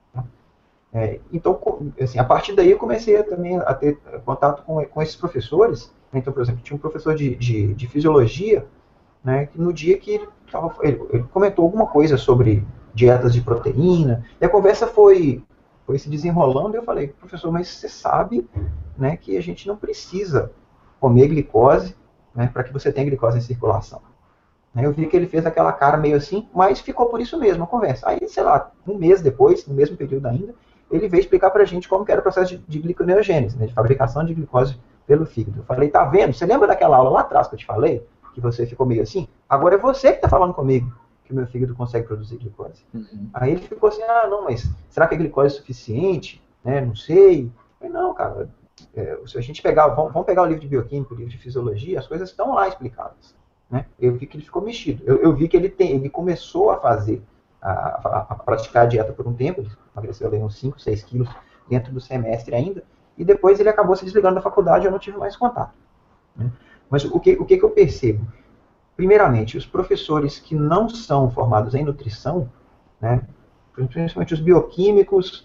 Então, assim, a partir daí eu comecei também a ter contato com esses professores. Então, por exemplo, tinha um professor de fisiologia, né, que no dia que ele comentou alguma coisa sobre dietas de proteína, e a conversa foi se desenrolando, e eu falei, professor, mas você sabe, né, que a gente não precisa comer glicose, né, para que você tenha glicose em circulação. Eu vi que ele fez aquela cara meio assim, mas ficou por isso mesmo a conversa. Aí, sei lá, um mês depois, no mesmo período ainda, ele veio explicar pra gente como que era o processo de gliconeogênese, né, de fabricação de glicose pelo fígado. Eu falei, tá vendo? Você lembra daquela aula lá atrás que eu te falei? Que você ficou meio assim? Agora é você que tá falando comigo que o meu fígado consegue produzir glicose. Aí ele ficou assim, não, mas será que a glicose é suficiente? Né, não sei. Eu falei, não, cara, se a gente pegar, vamos pegar o livro de bioquímica, o livro de fisiologia, as coisas estão lá explicadas. Né? Eu vi que ele ficou mexido. Eu vi que ele começou a fazer, a praticar a dieta por um tempo, ele emagreceu ali uns 5, 6 quilos dentro do semestre ainda, e depois ele acabou se desligando da faculdade e eu não tive mais contato. Né? Mas o que eu percebo? Primeiramente, os professores que não são formados em nutrição, né, principalmente os bioquímicos,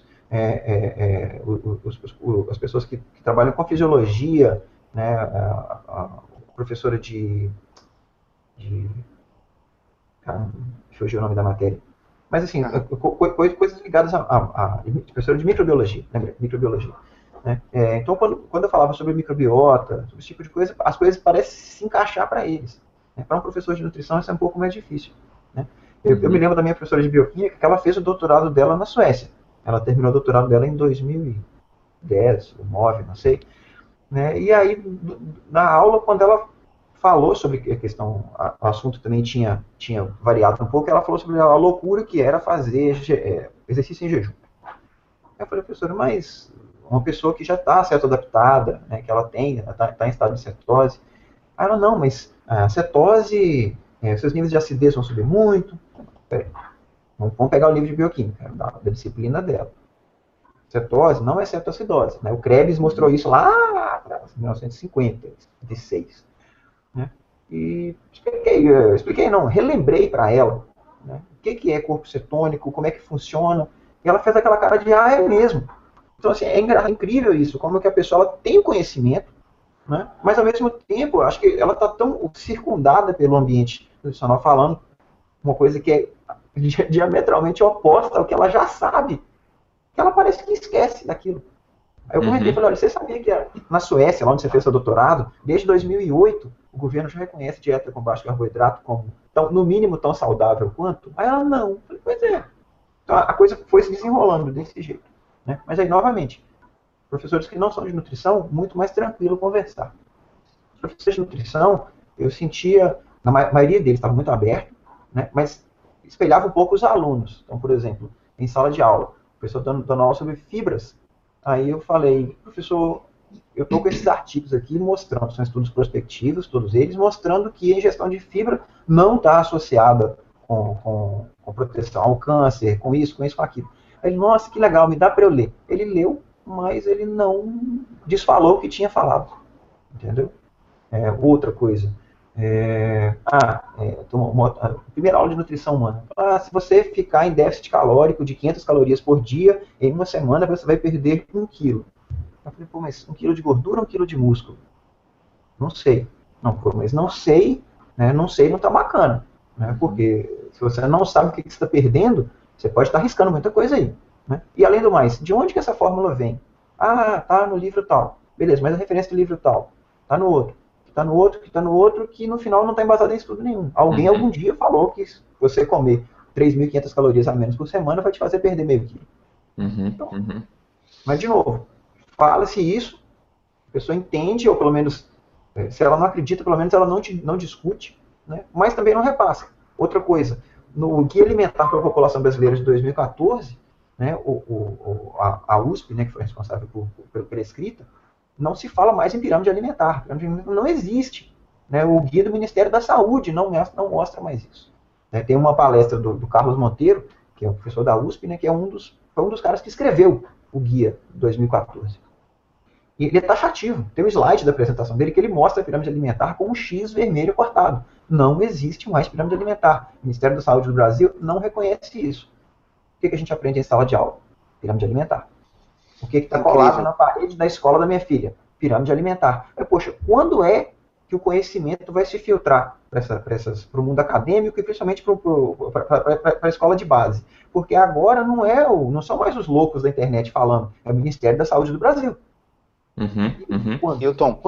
as pessoas que trabalham com fisiologia, né, a professora caramba, fugiu o nome da matéria. Mas assim, coisas ligadas a professora de microbiologia, lembra? Microbiologia. Né? Então, quando eu falava sobre microbiota, sobre esse tipo de coisa, as coisas parecem se encaixar para eles. Né? Para um professor de nutrição, isso é um pouco mais difícil. Né? Eu me lembro da minha professora de bioquímica que ela fez o doutorado dela na Suécia. Ela terminou o doutorado dela em 2010, ou 2009, não sei. Né? E aí, na aula, quando ela falou sobre a questão, o assunto também tinha variado um pouco, ela falou sobre a loucura que era fazer exercício em jejum. Eu falei, professora, mas uma pessoa que já está certo adaptada, né, que ela está em estado de cetose. Aí ela, não, mas a cetose, seus níveis de acidez vão subir muito. Peraí, vamos pegar o livro de bioquímica, da disciplina dela. Cetose não é cetoacidose. Né? O Krebs mostrou isso lá em 1956. Né? e relembrei para ela, né, o que é corpo cetônico, como é que funciona, e ela fez aquela cara de, é mesmo. Então, assim, é incrível isso, como que a pessoa ela tem o conhecimento, né, mas ao mesmo tempo, acho que ela está tão circundada pelo ambiente nutricional falando uma coisa que é diametralmente oposta ao que ela já sabe, que ela parece que esquece daquilo. Aí eu comentei, falei, olha, você sabia que na Suécia, lá onde você fez seu doutorado, desde 2008, o governo já reconhece dieta com baixo carboidrato como, no mínimo, tão saudável quanto? Aí ela, não. Eu falei, pois é. Então a coisa foi se desenrolando desse jeito, né? Mas aí, novamente, professores que não são de nutrição, muito mais tranquilo conversar. Os professores de nutrição, eu sentia, na maioria deles estava muito aberto, né? Mas espelhava um pouco os alunos. Então, por exemplo, em sala de aula, o professor dando aula sobre fibras. Aí eu falei, professor, eu estou com esses artigos aqui mostrando, são estudos prospectivos, todos eles, mostrando que a ingestão de fibra não está associada com proteção ao câncer, com isso, com aquilo. Aí ele, nossa, que legal, me dá para eu ler. Ele leu, mas ele não desfalou o que tinha falado. Entendeu? Outra coisa. Primeira aula de nutrição humana. Se você ficar em déficit calórico de 500 calorias por dia, em uma semana você vai perder 1 quilo. Eu falei, pô, mas 1 quilo de gordura ou 1 quilo de músculo? Não sei. Não, pô, mas não sei, né? Não sei, não tá bacana. Né? Porque se você não sabe o que você está perdendo, você pode estar arriscando muita coisa aí. Né? E além do mais, de onde que essa fórmula vem? Tá no livro tal. Beleza, mas a referência do livro tal. Tá no outro. Está no outro, que no final não está embasado em estudo nenhum. Alguém algum dia falou que você comer 3.500 calorias a menos por semana vai te fazer perder meio quilo. Então, mas, de novo, fala-se isso, a pessoa entende, ou pelo menos, se ela não acredita, pelo menos ela não discute, né? Mas também não repassa. Outra coisa, no Guia Alimentar para a População Brasileira de 2014, né, a USP, né, que foi responsável pela escrita, não se fala mais em pirâmide alimentar. Pirâmide alimentar não existe. Né? O guia do Ministério da Saúde não mostra mais isso. Né? Tem uma palestra do Carlos Monteiro, que é um professor da USP, né, que foi um dos caras que escreveu o guia de 2014. E ele é taxativo. Tem um slide da apresentação dele que ele mostra a pirâmide alimentar com um X vermelho cortado. Não existe mais pirâmide alimentar. O Ministério da Saúde do Brasil não reconhece isso. O que a gente aprende em sala de aula? Pirâmide alimentar. O que está colado na parede da escola da minha filha? Pirâmide alimentar. Poxa, quando é que o conhecimento vai se filtrar para o mundo acadêmico e principalmente para a escola de base? Porque agora não são mais os loucos da internet falando, é o Ministério da Saúde do Brasil. Hilton,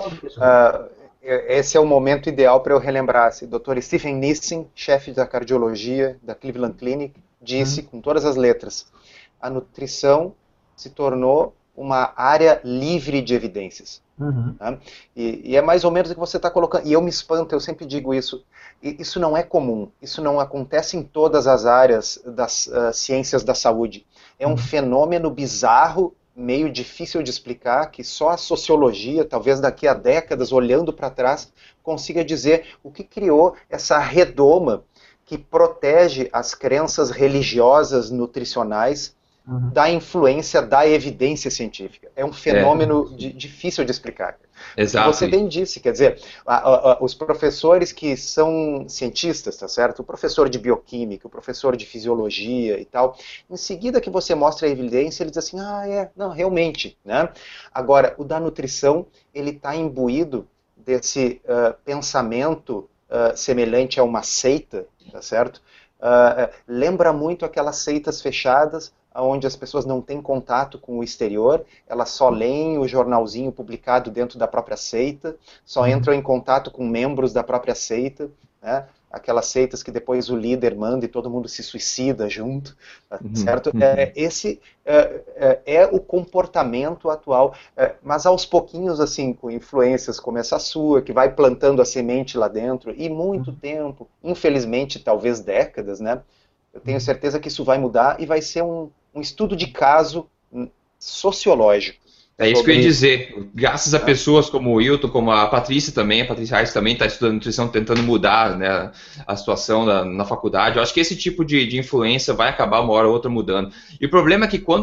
esse é o momento ideal para eu relembrar. Dr. Stephen Nissen, chefe da cardiologia da Cleveland Clinic, disse com todas as letras, a nutrição se tornou uma área livre de evidências. Tá? E é mais ou menos o que você está colocando. E eu me espanto, eu sempre digo isso. Isso não é comum. Isso não acontece em todas as áreas das ciências da saúde. É um fenômeno bizarro, meio difícil de explicar, que só a sociologia, talvez daqui a décadas, olhando para trás, consiga dizer o que criou essa redoma que protege as crenças religiosas nutricionais da influência da evidência científica. É um fenômeno difícil de explicar. Exato. Você bem disse, quer dizer, os professores que são cientistas, tá certo? O professor de bioquímica, o professor de fisiologia e tal, em seguida que você mostra a evidência, ele diz assim, não, realmente, né? Agora, o da nutrição, ele está imbuído desse pensamento semelhante a uma seita, tá certo? Lembra muito aquelas seitas fechadas, onde as pessoas não têm contato com o exterior, elas só leem o jornalzinho publicado dentro da própria seita, só entram em contato com membros da própria seita, né? Aquelas seitas que depois o líder manda e todo mundo se suicida junto, certo? Esse é o comportamento atual, mas aos pouquinhos, assim, com influências como essa sua, que vai plantando a semente lá dentro, e muito tempo, infelizmente, talvez décadas, né? Eu tenho certeza que isso vai mudar e vai ser um estudo de caso sociológico. É isso que eu ia dizer. Graças a pessoas como o Hilton, como a Patrícia Reis também está estudando nutrição, tentando mudar, né, a situação na faculdade. Eu acho que esse tipo de influência vai acabar uma hora ou outra mudando. E o problema é que quando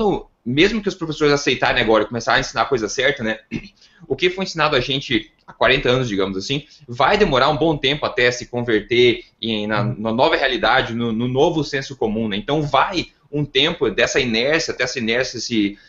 mesmo que os professores aceitarem agora e começarem a ensinar a coisa certa, né? O que foi ensinado a gente há 40 anos, digamos assim, vai demorar um bom tempo até se converter na nova realidade, no novo senso comum, né? Então vai um tempo dessa inércia, até essa inércia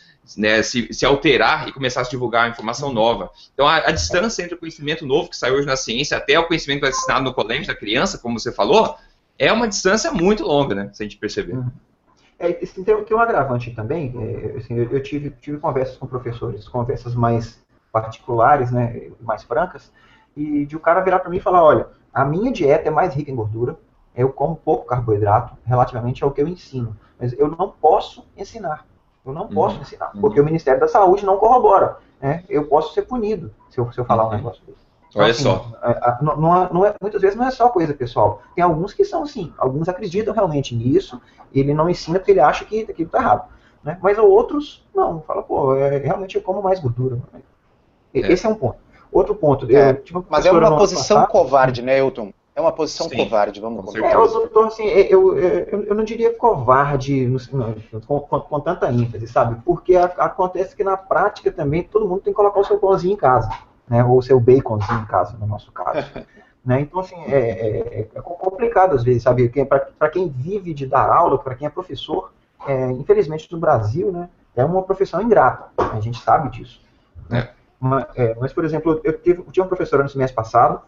se alterar e começar a se divulgar a informação nova. Então a distância entre o conhecimento novo que saiu hoje na ciência até o conhecimento que vai ser ensinado no colégio da criança, como você falou, é uma distância muito longa, né? Se a gente perceber. Assim, tem um agravante também. Assim, eu tive conversas com professores, conversas mais particulares, né, mais francas, e de um cara virar para mim e falar: olha, a minha dieta é mais rica em gordura, eu como pouco carboidrato relativamente ao que eu ensino, mas eu não posso ensinar. Eu não posso ensinar, porque o Ministério da Saúde não corrobora, né? Eu posso ser punido se eu falar um negócio desse. Então, olha assim, só. Muitas vezes não é só coisa pessoal. Tem alguns que são assim, alguns acreditam realmente nisso, ele não ensina porque ele acha que aquilo está errado. Né? Mas outros não, fala, pô, realmente eu como mais gordura. Esse é um ponto. Outro ponto. Mas é uma posição covarde, né, Elton? É uma posição covarde, vamos colocar. Doutor, assim, eu não diria covarde com tanta ênfase, sabe? Porque acontece que na prática também todo mundo tem que colocar o seu pãozinho em casa, né? Ou o seu baconzinho em casa, no nosso caso. Né? Então, assim, é complicado às vezes, sabe? Para quem vive de dar aula, para quem é professor, infelizmente no Brasil, né, é uma profissão ingrata, a gente sabe disso. Né? Mas, por exemplo, eu tinha uma professora no semestre passado,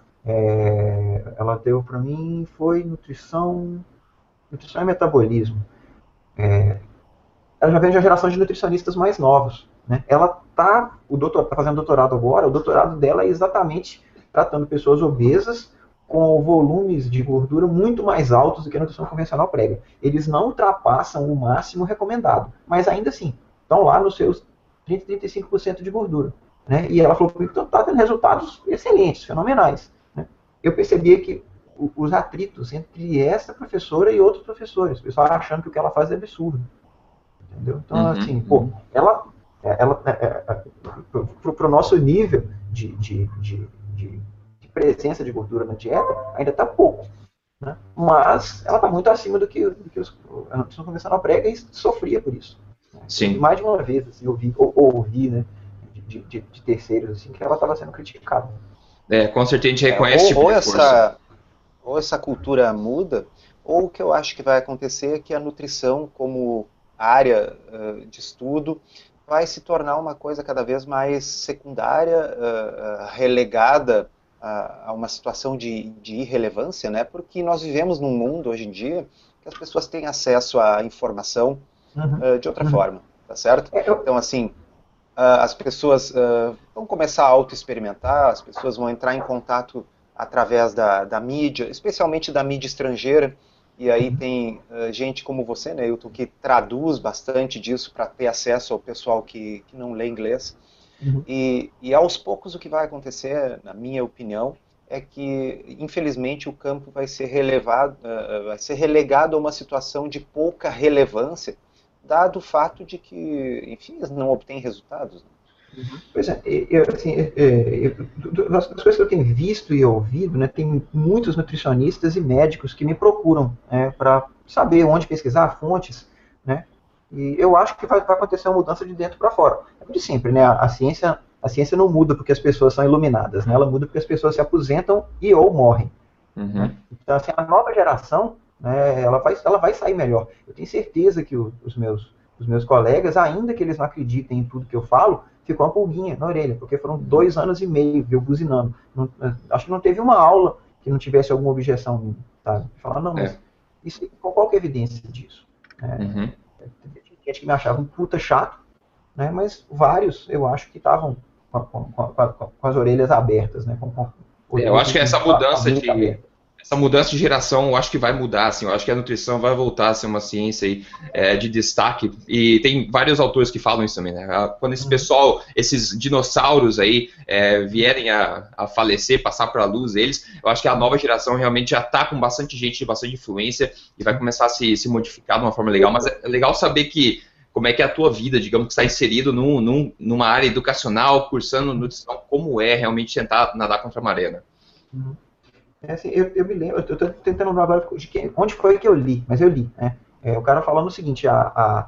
ela deu para mim, foi nutrição e metabolismo. Ela já vem de uma geração de nutricionistas mais novos. Né? Ela tá fazendo doutorado agora, o doutorado dela é exatamente tratando pessoas obesas com volumes de gordura muito mais altos do que a nutrição convencional prega. Eles não ultrapassam o máximo recomendado, mas ainda assim, estão lá nos seus 30, 35% de gordura. Né? E ela falou que está tendo resultados excelentes, fenomenais. Né? Eu percebia que os atritos entre essa professora e outros professores, o pessoal achando que o que ela faz é absurdo. Entendeu? Então, assim, pô, ela pro nosso nível de presença de gordura na dieta, ainda está pouco. Né? Mas ela está muito acima do que a nutrição convencional prega e sofria por isso. Né? Sim. Mais de uma vez assim, eu ouvi, né, de terceiros assim, que ela estava sendo criticada. Com certeza a gente reconhece tipo de força. Ou essa cultura muda, ou o que eu acho que vai acontecer é que a nutrição, como área de estudo, vai se tornar uma coisa cada vez mais secundária, relegada a uma situação de irrelevância, né? Porque nós vivemos num mundo hoje em dia que as pessoas têm acesso à informação de outra forma, tá certo? Então, assim, as pessoas vão começar a auto-experimentar, as pessoas vão entrar em contato através da mídia, especialmente da mídia estrangeira, e aí tem gente como você, né, Hilton, que traduz bastante disso para ter acesso ao pessoal que não lê inglês. E aos poucos o que vai acontecer, na minha opinião, é que, infelizmente, o campo vai ser relegado a uma situação de pouca relevância, dado o fato de que, enfim, eles não obtêm resultados. Pois é, das coisas que eu tenho visto e ouvido, né, tem muitos nutricionistas e médicos que me procuram para saber onde pesquisar fontes, né, e eu acho que vai acontecer uma mudança de dentro para fora. É de sempre, né, a ciência não muda porque as pessoas são iluminadas, né, ela muda porque as pessoas se aposentam e ou morrem. Né? Então, assim, a nova geração, né, ela vai sair melhor. Eu tenho certeza que os meus colegas, ainda que eles não acreditem em tudo que eu falo, ficou uma pulguinha na orelha, porque foram 2 anos e meio eu buzinando. Acho que não teve uma aula que não tivesse alguma objeção minha, sabe? Falar, não, mas isso, qual que é a evidência disso? Tem gente que me achava um puta chato, né? Mas vários, eu acho que estavam com as orelhas abertas, né? Eu acho que essa mudança de geração, eu acho que vai mudar, assim, eu acho que a nutrição vai voltar a ser uma ciência aí, de destaque, e tem vários autores que falam isso também, né? Quando esse pessoal, esses dinossauros aí vierem a falecer, passar para a luz eles, eu acho que a nova geração realmente já está com bastante gente, bastante influência, e vai começar a se modificar de uma forma legal, mas é legal saber que como é que é a tua vida, digamos, que está inserido numa área educacional, cursando nutrição, como é realmente tentar nadar contra a maré, né? Assim, eu me lembro, eu estou tentando lembrar agora onde foi que eu li, mas eu li, né? O cara falando o seguinte, a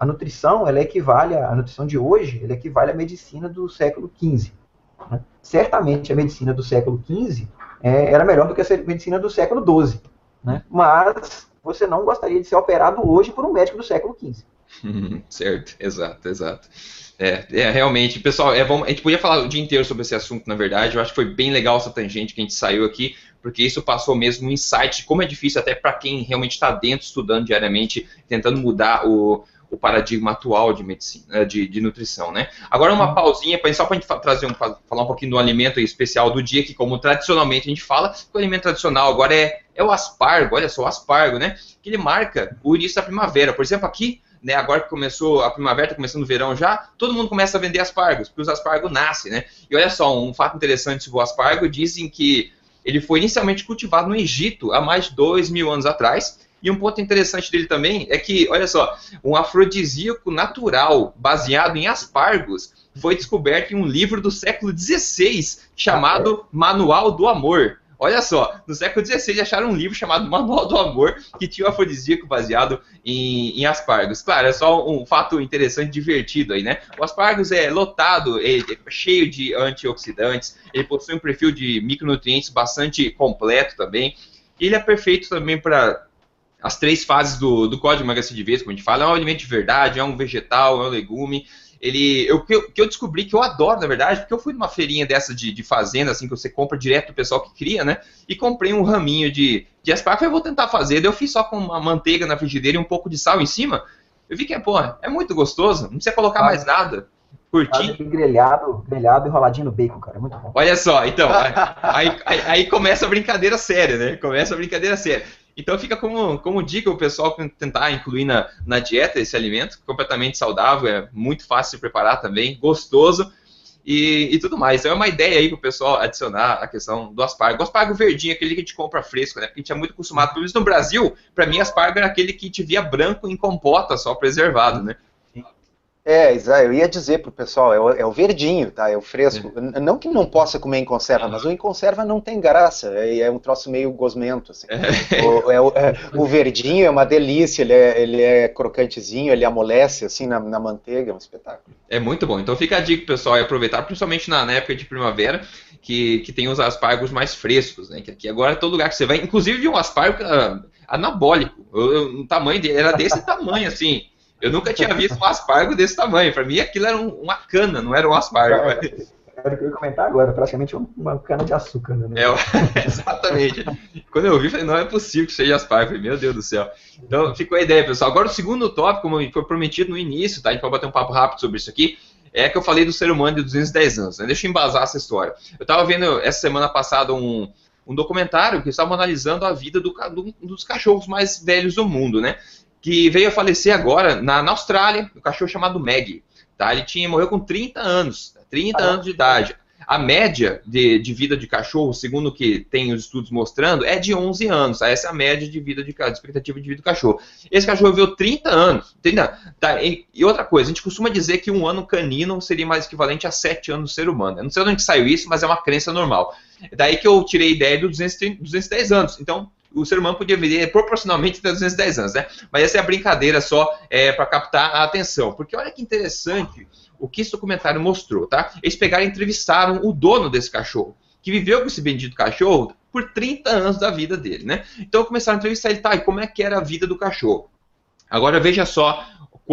a nutrição, a nutrição de hoje, ela equivale à medicina do século XV. Né? Certamente a medicina do século XV era melhor do que a medicina do século XII. Né? Mas você não gostaria de ser operado hoje por um médico do século XV. Certo, exato. Realmente, pessoal, a gente podia falar o dia inteiro sobre esse assunto, na verdade. Eu acho que foi bem legal essa tangente que a gente saiu aqui, porque isso passou mesmo um insight de como é difícil até para quem realmente está dentro, estudando diariamente, tentando mudar o paradigma atual de medicina, de nutrição, né? Agora uma pausinha, só para a gente falar um pouquinho do alimento especial do dia, que como tradicionalmente a gente fala, que o alimento tradicional agora é o aspargo, olha só, o aspargo, né? Que ele marca o início da primavera. Por exemplo, aqui, né, agora que começou a primavera, está começando o verão já, todo mundo começa a vender aspargos, porque os aspargos nascem, né? E olha só, um fato interessante sobre o aspargo, dizem que ele foi inicialmente cultivado no Egito há mais de 2.000 anos atrás. E um ponto interessante dele também é que, olha só, um afrodisíaco natural baseado em aspargos foi descoberto em um livro do século XVI chamado Manual do Amor. Olha só, no século XVI acharam um livro chamado Manual do Amor que tinha um afrodisíaco baseado em aspargos. Claro, é só um fato interessante, divertido aí, né? O aspargos é lotado, é cheio de antioxidantes, ele possui um perfil de micronutrientes bastante completo também. Ele é perfeito também para as 3 fases do Código Emagrecer de Vez, como a gente fala. É um alimento de verdade, é um vegetal, é um legume. O que eu descobri que eu adoro, na verdade, porque eu fui numa feirinha dessa de fazenda, assim, que você compra direto do pessoal que cria, né? E comprei um raminho de aspargo. Falei, vou tentar fazer. Daí eu fiz só com uma manteiga na frigideira e um pouco de sal em cima. Eu vi que é muito gostoso, não precisa colocar mais nada. Curti. Grelhado e enroladinho no bacon, cara, é muito bom. Olha só, então, aí começa a brincadeira séria, né? Então fica como dica o pessoal tentar incluir na dieta esse alimento, completamente saudável, é muito fácil de preparar também, gostoso e tudo mais. Então é uma ideia aí para o pessoal adicionar a questão do aspargo. O aspargo verdinho, aquele que a gente compra fresco, né? Porque a gente é muito acostumado, pelo menos no Brasil, para mim aspargo era aquele que te via branco em compota, só preservado, né? Eu ia dizer pro pessoal, é o verdinho, tá? É o fresco. Não que não possa comer em conserva, mas o em conserva não tem graça, é um troço meio gosmento, assim. O verdinho é uma delícia, ele é crocantezinho, ele amolece, assim, na manteiga, é um espetáculo. É muito bom, então fica a dica, pessoal, e aproveitar, principalmente na época de primavera, que tem os aspargos mais frescos, né? Que aqui agora todo lugar que você vai, inclusive vi um aspargo anabólico, o tamanho dele era desse tamanho, assim. Eu nunca tinha visto um aspargo desse tamanho. Para mim, aquilo era uma cana, não era um aspargo. Era o que eu ia comentar agora, praticamente uma cana de açúcar. Né? Exatamente. Quando eu vi, falei, não é possível que seja aspargo. Falei, meu Deus do céu. Então, ficou a ideia, pessoal. Agora, o segundo tópico, como foi prometido no início, tá? A gente pode bater um papo rápido sobre isso aqui, é que eu falei do ser humano de 210 anos. Né? Deixa eu embasar essa história. Eu estava vendo, essa semana passada, um documentário que estavam analisando a vida dos cachorros mais velhos do mundo, né? Que veio a falecer agora na Austrália, um cachorro chamado Maggie. Tá? Ele morreu com 30 anos de idade. A média de vida de cachorro, segundo o que tem os estudos mostrando, é de 11 anos. Essa é a média de expectativa de vida do cachorro. Esse cachorro viveu 30 anos. Entendeu? Tá? E outra coisa, a gente costuma dizer que um ano canino seria mais equivalente a 7 anos do ser humano. Eu não sei de onde saiu isso, mas é uma crença normal. Daí que eu tirei a ideia dos 210 anos. Então, o ser humano podia viver proporcionalmente até 210 anos, né? Mas essa é a brincadeira só para captar a atenção. Porque olha que interessante o que esse documentário mostrou, tá? Eles pegaram e entrevistaram o dono desse cachorro, que viveu com esse bendito cachorro por 30 anos da vida dele, né? Então começaram a entrevistar ele, tá? E como é que era a vida do cachorro? Agora veja só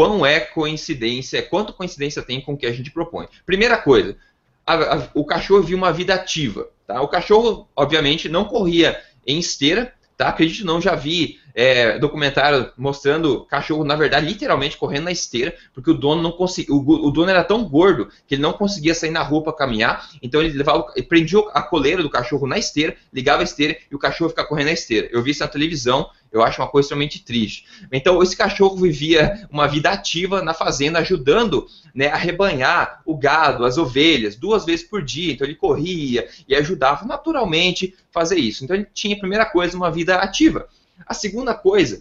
quanto coincidência tem com o que a gente propõe. Primeira coisa, o cachorro vivia uma vida ativa, tá? O cachorro, obviamente, não corria em esteira, tá? Acredite não, já vi documentário mostrando cachorro, na verdade, literalmente correndo na esteira, porque o dono não conseguia. O dono era tão gordo que ele não conseguia sair na rua para caminhar, então ele prendia a coleira do cachorro na esteira, ligava a esteira e o cachorro ficava correndo na esteira. Eu vi isso na televisão, eu acho uma coisa extremamente triste. Então, esse cachorro vivia uma vida ativa na fazenda, ajudando, né, a rebanhar o gado, as ovelhas, 2 vezes por dia. Então, ele corria e ajudava naturalmente a fazer isso. Então, ele tinha, a primeira coisa, uma vida ativa. A segunda coisa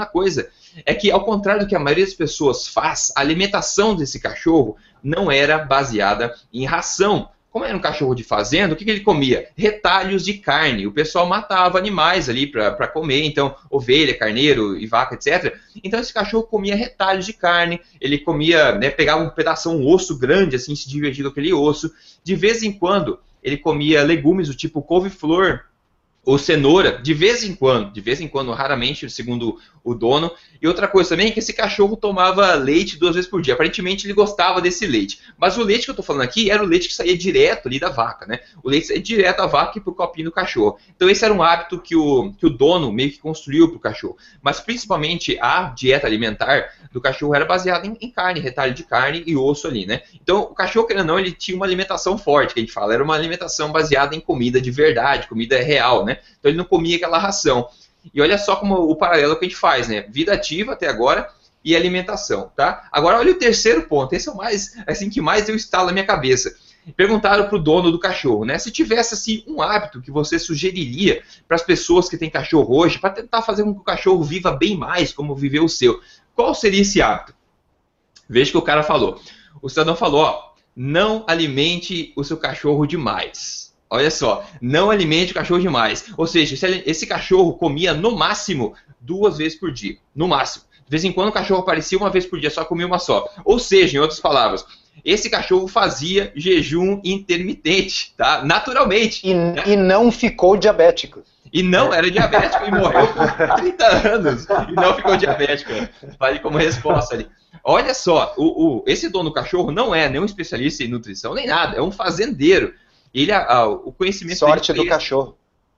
é que, ao contrário do que a maioria das pessoas faz, a alimentação desse cachorro não era baseada em ração, como era um cachorro de fazenda, o que ele comia? Retalhos de carne. O pessoal matava animais ali para comer, então ovelha, carneiro e vaca, etc. Então esse cachorro comia retalhos de carne, ele comia, né, pegava um pedaço, um osso grande, assim, se divertia com aquele osso. De vez em quando ele comia legumes do tipo couve-flor ou cenoura, de vez em quando, raramente, segundo o dono. E outra coisa também é que esse cachorro tomava leite 2 vezes por dia. Aparentemente ele gostava desse leite. Mas o leite que eu estou falando aqui era o leite que saía direto ali da vaca, né? O leite saía direto da vaca e pro copinho do cachorro. Então esse era um hábito que o dono meio que construiu pro cachorro. Mas principalmente a dieta alimentar do cachorro era baseada em carne, retalho de carne e osso ali, né? Então o cachorro, querendo ou não, ele tinha uma alimentação forte, que a gente fala. Era uma alimentação baseada em comida de verdade, comida real, né? Então ele não comia aquela ração. E olha só como o paralelo que a gente faz, né? Vida ativa até agora e alimentação, tá? Agora olha o terceiro ponto, esse é o mais, assim, que mais deu estalo na minha cabeça. Perguntaram pro dono do cachorro, né? Se tivesse, assim, um hábito que você sugeriria para as pessoas que têm cachorro hoje, para tentar fazer com que o cachorro viva bem mais como viveu o seu, qual seria esse hábito? Veja o que o cara falou. O cidadão falou, ó, não alimente o seu cachorro demais. Olha só, não alimente o cachorro demais. Ou seja, esse cachorro comia no máximo 2 vezes por dia. No máximo. De vez em quando o cachorro aparecia 1 vez por dia, só comia uma só. Ou seja, em outras palavras, esse cachorro fazia jejum intermitente, tá? Naturalmente. E não ficou diabético. E não era diabético e morreu com 30 anos. E não ficou diabético. Vale como resposta ali. Olha só, esse dono do cachorro não é nenhum especialista em nutrição, nem nada. É um fazendeiro. Ele, o conhecimento Sorte do cachorro.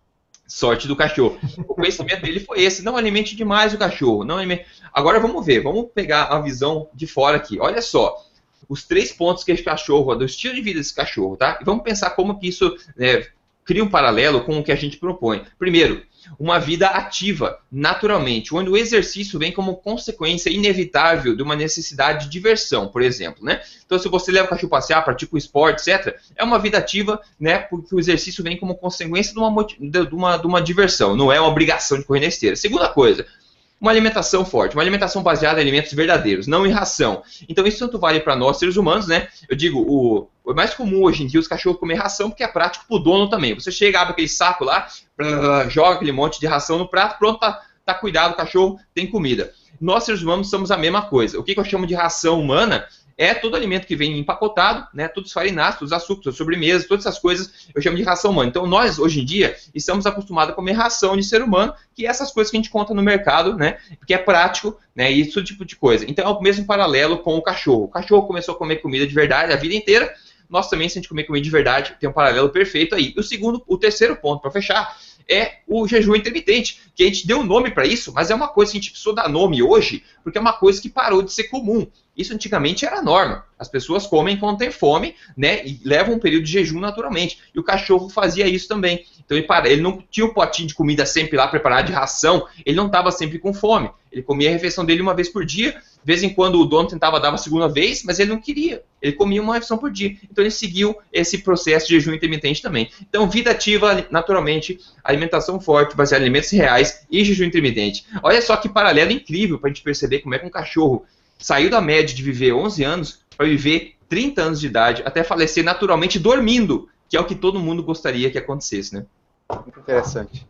Sorte do cachorro. O conhecimento dele foi esse. Não alimente demais o cachorro. Não alimente... Agora vamos ver. Vamos pegar a visão de fora aqui. Olha só. Os 3 pontos que esse cachorro, do estilo de vida desse cachorro, tá? E vamos pensar como que isso cria um paralelo com o que a gente propõe. Primeiro, uma vida ativa, naturalmente, onde o exercício vem como consequência inevitável de uma necessidade de diversão, por exemplo, né? Então, se você leva o cachorro passear, pratica o esporte, etc., é uma vida ativa, né? Porque o exercício vem como consequência de uma diversão, não é uma obrigação de correr na esteira. Segunda coisa, uma alimentação forte, uma alimentação baseada em alimentos verdadeiros, não em ração. Então isso tanto vale para nós, seres humanos, né? Eu digo, o mais comum hoje em dia os cachorros comer ração, porque é prático para o dono também. Você chega, abre aquele saco lá, joga aquele monte de ração no prato, pronto, tá cuidado, o cachorro tem comida. Nós, seres humanos, somos a mesma coisa. O que eu chamo de ração humana é todo alimento que vem empacotado, né, todos os farináceos, todos os açúcares, as sobremesas, todas essas coisas eu chamo de ração humana. Então nós, hoje em dia, estamos acostumados a comer ração de ser humano, que é essas coisas que a gente conta no mercado, né, porque é prático, né, e esse tipo de coisa. Então é o mesmo paralelo com o cachorro. O cachorro começou a comer comida de verdade a vida inteira, nós também, se a gente comer comida de verdade, tem um paralelo perfeito aí. O terceiro ponto, para fechar, é o jejum intermitente, que a gente deu um nome para isso, mas é uma coisa que a gente precisou dar nome hoje, porque é uma coisa que parou de ser comum. Isso antigamente era norma. As pessoas comem quando tem fome, né, e levam um período de jejum naturalmente. E o cachorro fazia isso também. Então ele não tinha um potinho de comida sempre lá preparado de ração, ele não estava sempre com fome. Ele comia a refeição dele 1 vez por dia, de vez em quando o dono tentava dar uma segunda vez, mas ele não queria. Ele comia 1 refeição por dia. Então ele seguiu esse processo de jejum intermitente também. Então vida ativa, naturalmente, alimentação forte, baseada em alimentos reais e jejum intermitente. Olha só que paralelo incrível para a gente perceber como é que um cachorro saiu da média de viver 11 anos para viver 30 anos de idade, até falecer naturalmente dormindo, que é o que todo mundo gostaria que acontecesse, né? Muito interessante.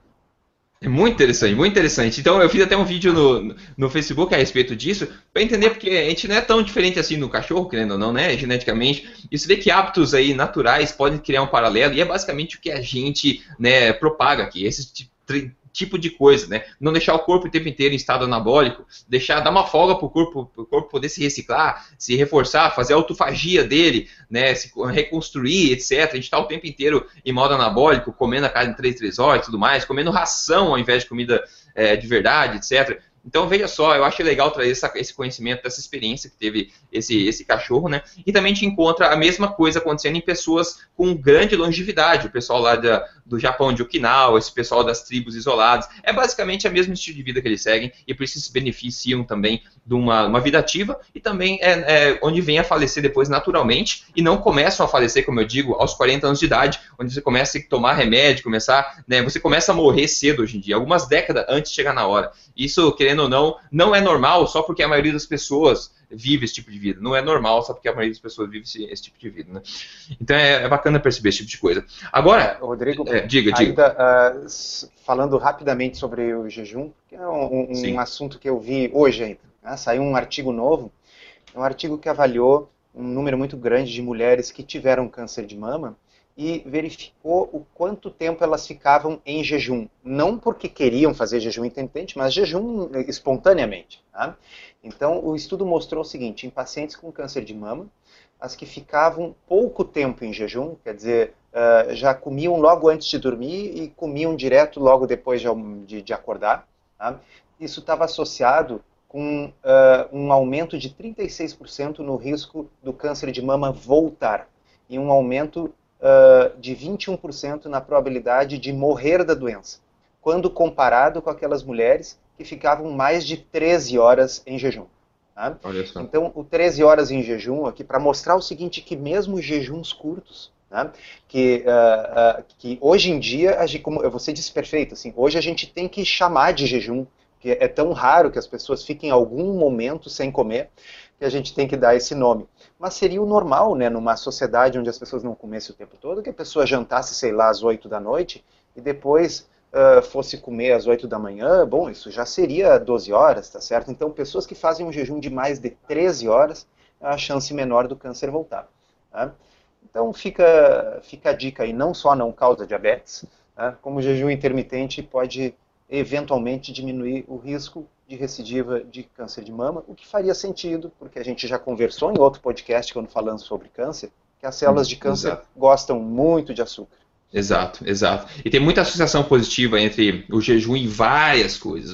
É muito interessante, muito interessante. Então eu fiz até um vídeo no Facebook a respeito disso, para entender, porque a gente não é tão diferente assim no cachorro, querendo ou não, né, geneticamente. E você vê que hábitos aí naturais podem criar um paralelo, e é basicamente o que a gente, né, propaga aqui, esse tipo de coisa, né? Não deixar o corpo o tempo inteiro em estado anabólico, dar uma folga para o corpo poder se reciclar, se reforçar, fazer a autofagia dele, né? Se reconstruir, etc. A gente está o tempo inteiro em modo anabólico, comendo a cada 3 horas e tudo mais, comendo ração ao invés de comida de verdade, etc. Então, veja só, eu acho legal trazer esse conhecimento, dessa experiência que teve esse cachorro, né? E também a gente encontra a mesma coisa acontecendo em pessoas com grande longevidade, o pessoal lá do Japão, de Okinawa, esse pessoal das tribos isoladas. É basicamente o mesmo estilo de vida que eles seguem e por isso se beneficiam também de uma vida ativa e também onde vem a falecer depois naturalmente e não começam a falecer, como eu digo, aos 40 anos de idade, onde você começa a tomar remédio, você começa a morrer cedo hoje em dia, algumas décadas antes de chegar na hora. Isso, querendo ou não é normal só porque a maioria das pessoas vive esse tipo de vida. Não é normal, só porque a maioria das pessoas vive esse tipo de vida, né? Então é bacana perceber esse tipo de coisa. Agora, Rodrigo, diga. Ainda falando rapidamente sobre o jejum, que é um assunto que eu vi hoje ainda, né? Saiu um artigo novo, um artigo que avaliou um número muito grande de mulheres que tiveram câncer de mama e verificou o quanto tempo elas ficavam em jejum. Não porque queriam fazer jejum intermitente, mas jejum espontaneamente. Tá? Então, o estudo mostrou o seguinte, em pacientes com câncer de mama, as que ficavam pouco tempo em jejum, quer dizer, já comiam logo antes de dormir e comiam direto logo depois de acordar. Tá? Isso estava associado com um aumento de 36% no risco do câncer de mama voltar e um aumento de 21% na probabilidade de morrer da doença, quando comparado com aquelas mulheres que ficavam mais de 13 horas em jejum. Tá? Então, o 13 horas em jejum aqui, para mostrar o seguinte, que mesmo jejuns curtos, tá? que hoje em dia, como você disse perfeito, assim, hoje a gente tem que chamar de jejum, que é tão raro que as pessoas fiquem algum momento sem comer, que a gente tem que dar esse nome. Mas seria o normal, né, numa sociedade onde as pessoas não comessem o tempo todo, que a pessoa jantasse, sei lá, às 8 da noite, e depois fosse comer às 8 da manhã, bom, isso já seria 12 horas, tá certo? Então, pessoas que fazem um jejum de mais de 13 horas, é a chance menor do câncer voltar. Tá? Então, fica a dica aí, não só não causa diabetes, tá? Como o jejum intermitente pode eventualmente diminuir o risco de recidiva de câncer de mama, o que faria sentido, porque a gente já conversou em outro podcast, quando falamos sobre câncer, que as células de câncer gostam muito de açúcar. Exato. E tem muita associação positiva entre o jejum e várias coisas,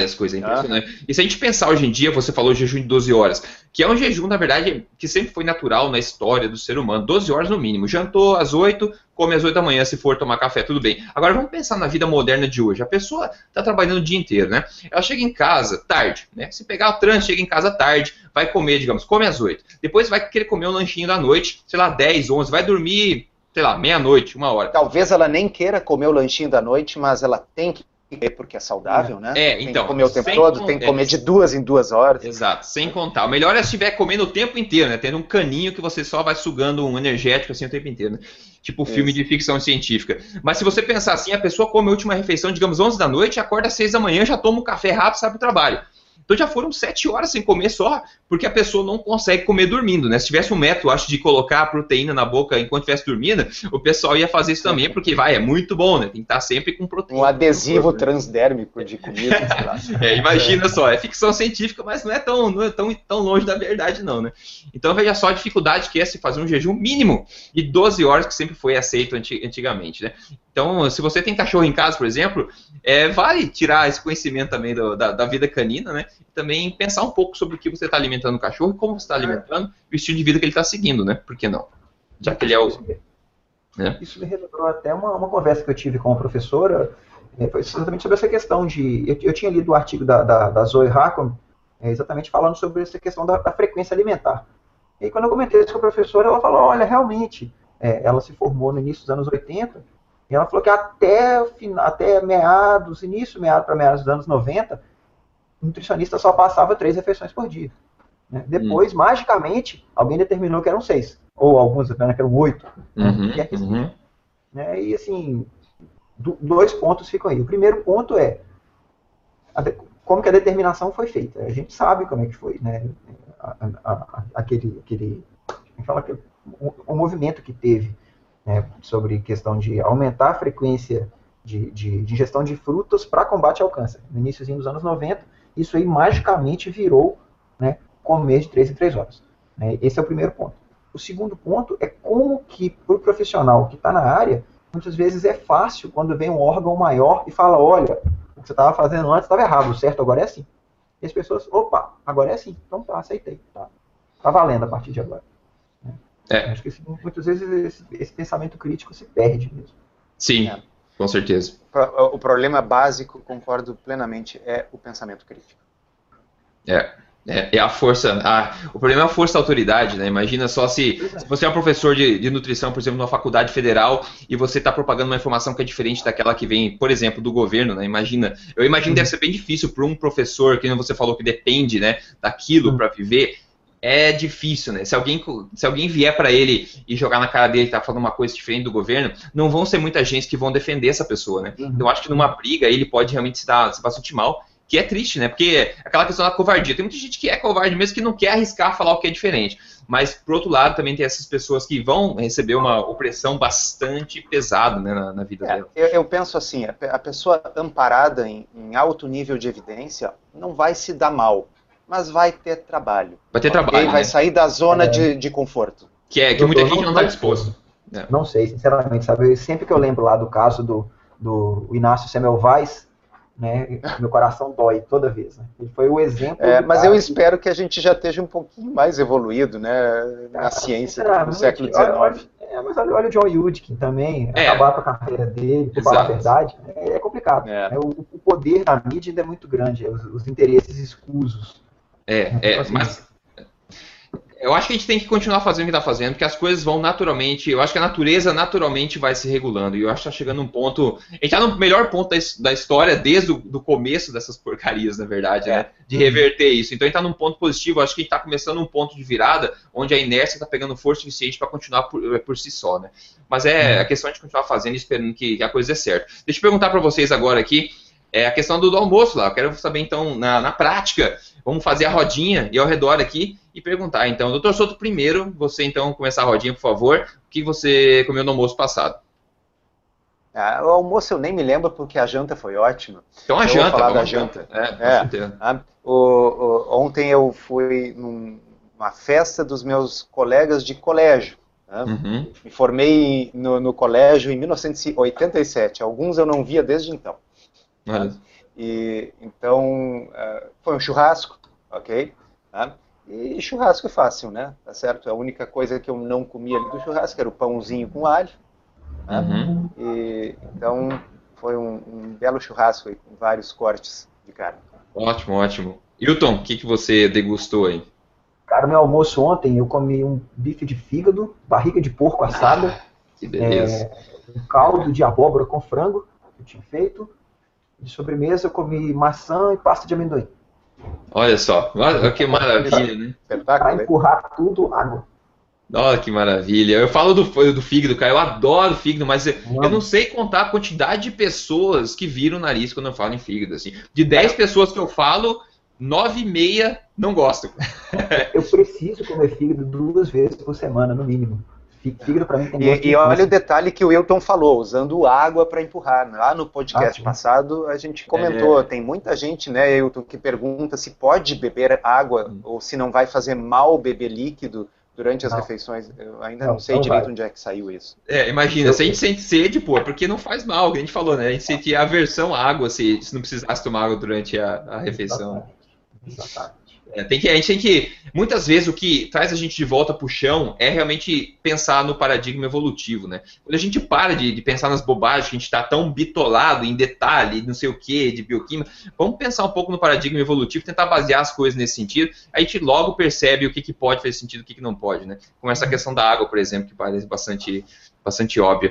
é impressionante. E se a gente pensar hoje em dia, você falou jejum de 12 horas, que é um jejum, na verdade, que sempre foi natural na história do ser humano, 12 horas no mínimo. Jantou às 8, come às 8 da manhã, se for tomar café, tudo bem. Agora vamos pensar na vida moderna de hoje. A pessoa está trabalhando o dia inteiro, né? Ela chega em casa tarde, né? Se pegar o trânsito, chega em casa tarde, vai comer, digamos, come às 8. Depois vai querer comer um lanchinho da noite, sei lá, 10, 11, vai dormir, sei lá, meia-noite, 1h. Talvez ela nem queira comer o lanchinho da noite, mas ela tem que comer porque é saudável, né? Então. Tem que comer o tempo todo, tem que comer de 2 em 2 horas. Exato, sem contar. O melhor é se estiver comendo o tempo inteiro, né? Tendo um caninho que você só vai sugando um energético assim o tempo inteiro, né? Tipo filme de ficção científica. Mas se você pensar assim, a pessoa come a última refeição, digamos, 11 da noite, acorda às 6 da manhã, já toma um café rápido e sai pro trabalho. Então já foram 7 horas sem comer só, porque a pessoa não consegue comer dormindo, né? Se tivesse um método, acho, de colocar a proteína na boca enquanto estivesse dormindo, o pessoal ia fazer isso também, porque é muito bom, né? Tem que estar sempre com proteína. Um adesivo transdérmico de comida, sei lá. Imagina só, é ficção científica, mas não é tão longe da verdade não, né? Então veja só a dificuldade que é se fazer um jejum mínimo de 12 horas, que sempre foi aceito antigamente, né? Então, se você tem cachorro em casa, por exemplo, vale tirar esse conhecimento também da vida canina, né? E também pensar um pouco sobre o que você está alimentando o cachorro, como você está alimentando, o estilo de vida que ele está seguindo, né? Por que não? Já que ele é o... Isso me relembrou até uma conversa que eu tive com uma professora, foi exatamente sobre essa questão de... Eu tinha lido o artigo da Zoe Hakon, exatamente falando sobre essa questão da frequência alimentar. E aí, quando eu comentei isso com a professora, ela falou, olha, realmente, ela se formou no início dos anos 80, e ela falou que até meados dos anos 90, o nutricionista só passava 3 refeições por dia. Né? Depois, magicamente, alguém determinou que eram 6. Ou alguns apenas que eram 8. Né? E assim, 2 pontos ficam aí. O primeiro ponto é como que a determinação foi feita. A gente sabe como é que foi, né? O movimento que teve, né, sobre questão de aumentar a frequência de ingestão de frutas para combate ao câncer. No iníciozinho dos anos 90, isso aí magicamente virou, né, comer de 3 em 3 horas. Né? Esse é o primeiro ponto. O segundo ponto é como que, para o profissional que está na área, muitas vezes é fácil quando vem um órgão maior e fala, olha, o que você estava fazendo antes estava errado, o certo agora é assim. E as pessoas, opa, agora é assim, então tá, aceitei, tá valendo a partir de agora. Acho que muitas vezes esse pensamento crítico se perde mesmo. Sim, com certeza. O problema básico, concordo plenamente, é o pensamento crítico. É a força. O problema é a força da autoridade, né? Imagina só se você é um professor de nutrição, por exemplo, numa faculdade federal, e você está propagando uma informação que é diferente daquela que vem, por exemplo, do governo, né? Eu imagino que deve ser bem difícil para um professor, que você falou que depende, né, daquilo para viver, é difícil, né? Se alguém vier para ele e jogar na cara dele que tá falando uma coisa diferente do governo, não vão ser muita gente que vão defender essa pessoa, né? Então, eu acho que numa briga ele pode realmente se bastante mal, que é triste, né? Porque aquela questão da covardia. Tem muita gente que é covarde mesmo, que não quer arriscar falar o que é diferente. Mas, por outro lado, também tem essas pessoas que vão receber uma opressão bastante pesada, né, na vida dela. Eu penso assim, a pessoa amparada em alto nível de evidência não vai se dar mal, mas vai ter trabalho. Vai ter trabalho, vai né? sair da zona de conforto. Que muita gente não está disposto. Não sei, sinceramente, sabe? Sempre que eu lembro lá do caso do Inácio Semmelweis, né, meu coração dói toda vez, né? Ele foi o exemplo. Mas eu espero que a gente já esteja um pouquinho mais evoluído, né, na ciência no século XIX. Mas olha o John Yudkin também, acabar com a carreira dele, por falar a verdade, é complicado. O poder da mídia ainda é muito grande, os interesses escusos. Mas eu acho que a gente tem que continuar fazendo o que está fazendo, porque as coisas vão naturalmente, eu acho que a natureza naturalmente vai se regulando, e eu acho que está chegando um ponto, a gente está no melhor ponto da história desde o começo dessas porcarias, na verdade, né, de reverter isso. Então a gente está num ponto positivo, eu acho que a gente está começando um ponto de virada, onde a inércia está pegando força suficiente para continuar por si só, né. Mas a questão de continuar fazendo e esperando que a coisa dê certo. Deixa eu perguntar para vocês agora aqui, a questão do almoço lá, eu quero saber então, na prática, vamos fazer a rodinha e ao redor aqui e perguntar. Então, doutor Souto, primeiro, você então começar a rodinha, por favor. O que você comeu no almoço passado? O almoço eu nem me lembro porque a janta foi ótima. Então a janta, vou falar da janta. Ontem eu fui numa festa dos meus colegas de colégio. Me formei no colégio em 1987. Alguns eu não via desde então. Então, foi um churrasco, ok? E churrasco é fácil, né? Tá certo? A única coisa que eu não comia ali do churrasco era o pãozinho com alho. Então, foi um belo churrasco aí, com vários cortes de carne. Ótimo, ótimo. Hilton, o que você degustou aí? Cara, meu almoço ontem eu comi um bife de fígado, barriga de porco assada, que beleza. Um caldo de abóbora com frango que eu tinha feito. De sobremesa eu comi maçã e pasta de amendoim. Olha só, olha que maravilha, né? Para empurrar tudo, água. Olha que maravilha. Eu falo do fígado, cara, eu adoro fígado, mas eu não sei contar a quantidade de pessoas que viram o nariz quando eu falo em fígado, assim. De 10 pessoas que eu falo, 9,5 não gostam. Eu preciso comer fígado 2 vezes por semana, no mínimo. Fígado pra mim tem gosto e olha o detalhe que o Hilton falou, usando água para empurrar. Lá no podcast passado a gente comentou, tem muita gente, né, Hilton, que pergunta se pode beber água ou se não vai fazer mal beber líquido durante as refeições. Eu ainda não sei direito onde é que saiu isso. Imagina, se a gente sente sede, porque não faz mal, que a gente falou, né? A gente sentia aversão à água se não precisasse tomar água durante a refeição. Exatamente. A gente tem que, muitas vezes, o que traz a gente de volta para o chão é realmente pensar no paradigma evolutivo, né? Quando a gente para de pensar nas bobagens, que a gente está tão bitolado em detalhe, não sei o que, de bioquímica, vamos pensar um pouco no paradigma evolutivo, tentar basear as coisas nesse sentido, a gente logo percebe o que pode fazer sentido e o que não pode, né? Como essa questão da água, por exemplo, que parece bastante óbvia.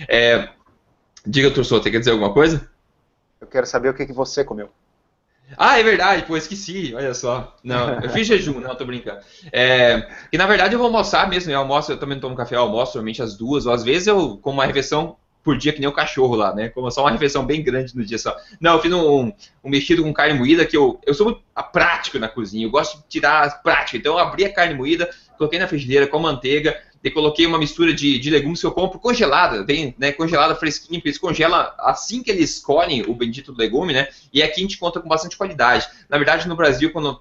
Diga, doutor Souto, quer dizer alguma coisa? Eu quero saber o que você comeu. É verdade, pô, esqueci, olha só. Não, eu fiz jejum, não, tô brincando. E na verdade eu vou almoçar mesmo, eu também não tomo café, eu almoço normalmente às 2, ou às vezes eu como uma refeição por dia que nem o cachorro lá, né? Como só uma refeição bem grande no dia só. Não, eu fiz um mexido com carne moída, que eu sou muito prático na cozinha, eu gosto de tirar a prática. Então eu abri a carne moída, coloquei na frigideira com manteiga, e coloquei uma mistura de legumes que eu compro congelada, bem, né, congelada fresquinha, porque eles congelam assim que eles escolhem o bendito do legume, né, e aqui a gente conta com bastante qualidade. Na verdade, no Brasil, quando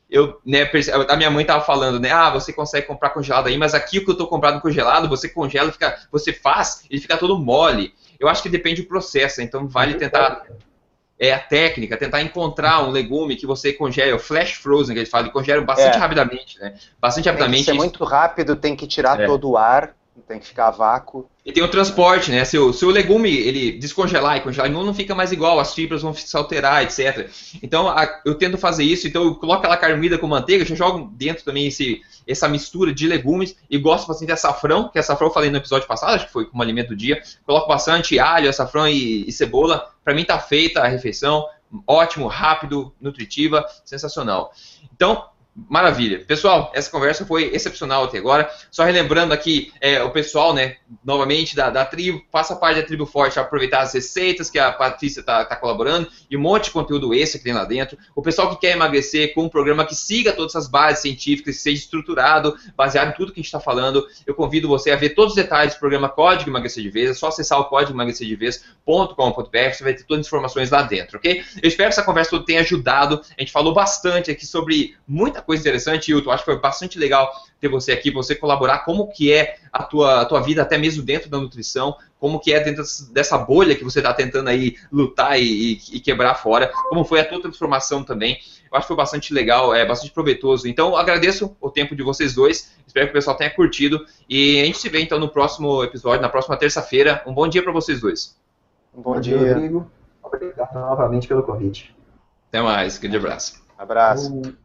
a minha mãe tava falando, né, você consegue comprar congelado aí, mas aqui o que eu tô comprando congelado, você congela, você faz, ele fica todo mole. Eu acho que depende do processo, então vale tentar... a técnica, tentar encontrar um legume que você congele, o flash frozen, que eles falam, congela bastante rapidamente, né? Bastante rapidamente. Tem que ser muito rápido, tem que tirar todo o ar, tem que ficar a vácuo. E tem o transporte, né? Se o legume ele descongelar e congelar, não fica mais igual, as fibras vão se alterar, etc. Então, eu tento fazer isso, então eu coloco aquela carne moída com manteiga, já jogo dentro também essa mistura de legumes, e gosto bastante de açafrão, que açafrão eu falei no episódio passado, acho que foi como alimento do dia. Coloco bastante alho, açafrão e cebola. Pra mim tá feita a refeição, ótimo, rápido, nutritiva, sensacional. Então, Maravilha. Pessoal, essa conversa foi excepcional até agora. Só relembrando aqui, o pessoal, né, novamente, da tribo, faça parte da Tribo Forte, aproveitar as receitas que a Patrícia está colaborando e um monte de conteúdo extra que tem lá dentro. O pessoal que quer emagrecer com um programa que siga todas as bases científicas, que seja estruturado, baseado em tudo que a gente está falando, eu convido você a ver todos os detalhes do programa Código Emagrecer de Vez. É só acessar o códigoemagrecerdevez.com.br, você vai ter todas as informações lá dentro, ok? Eu espero que essa conversa toda tenha ajudado. A gente falou bastante aqui sobre muita coisa interessante, Hilton. Acho que foi bastante legal ter você aqui, você colaborar, como que é a tua vida, até mesmo dentro da nutrição, como que é dentro dessa bolha que você está tentando aí lutar e quebrar fora, como foi a tua transformação também. Eu acho que foi bastante legal, bastante proveitoso. Então, agradeço o tempo de vocês dois, espero que o pessoal tenha curtido, e a gente se vê então no próximo episódio, na próxima terça-feira. Um bom dia para vocês dois. Um bom dia, Rodrigo. Obrigado novamente pelo convite. Até mais, grande abraço. Abraço.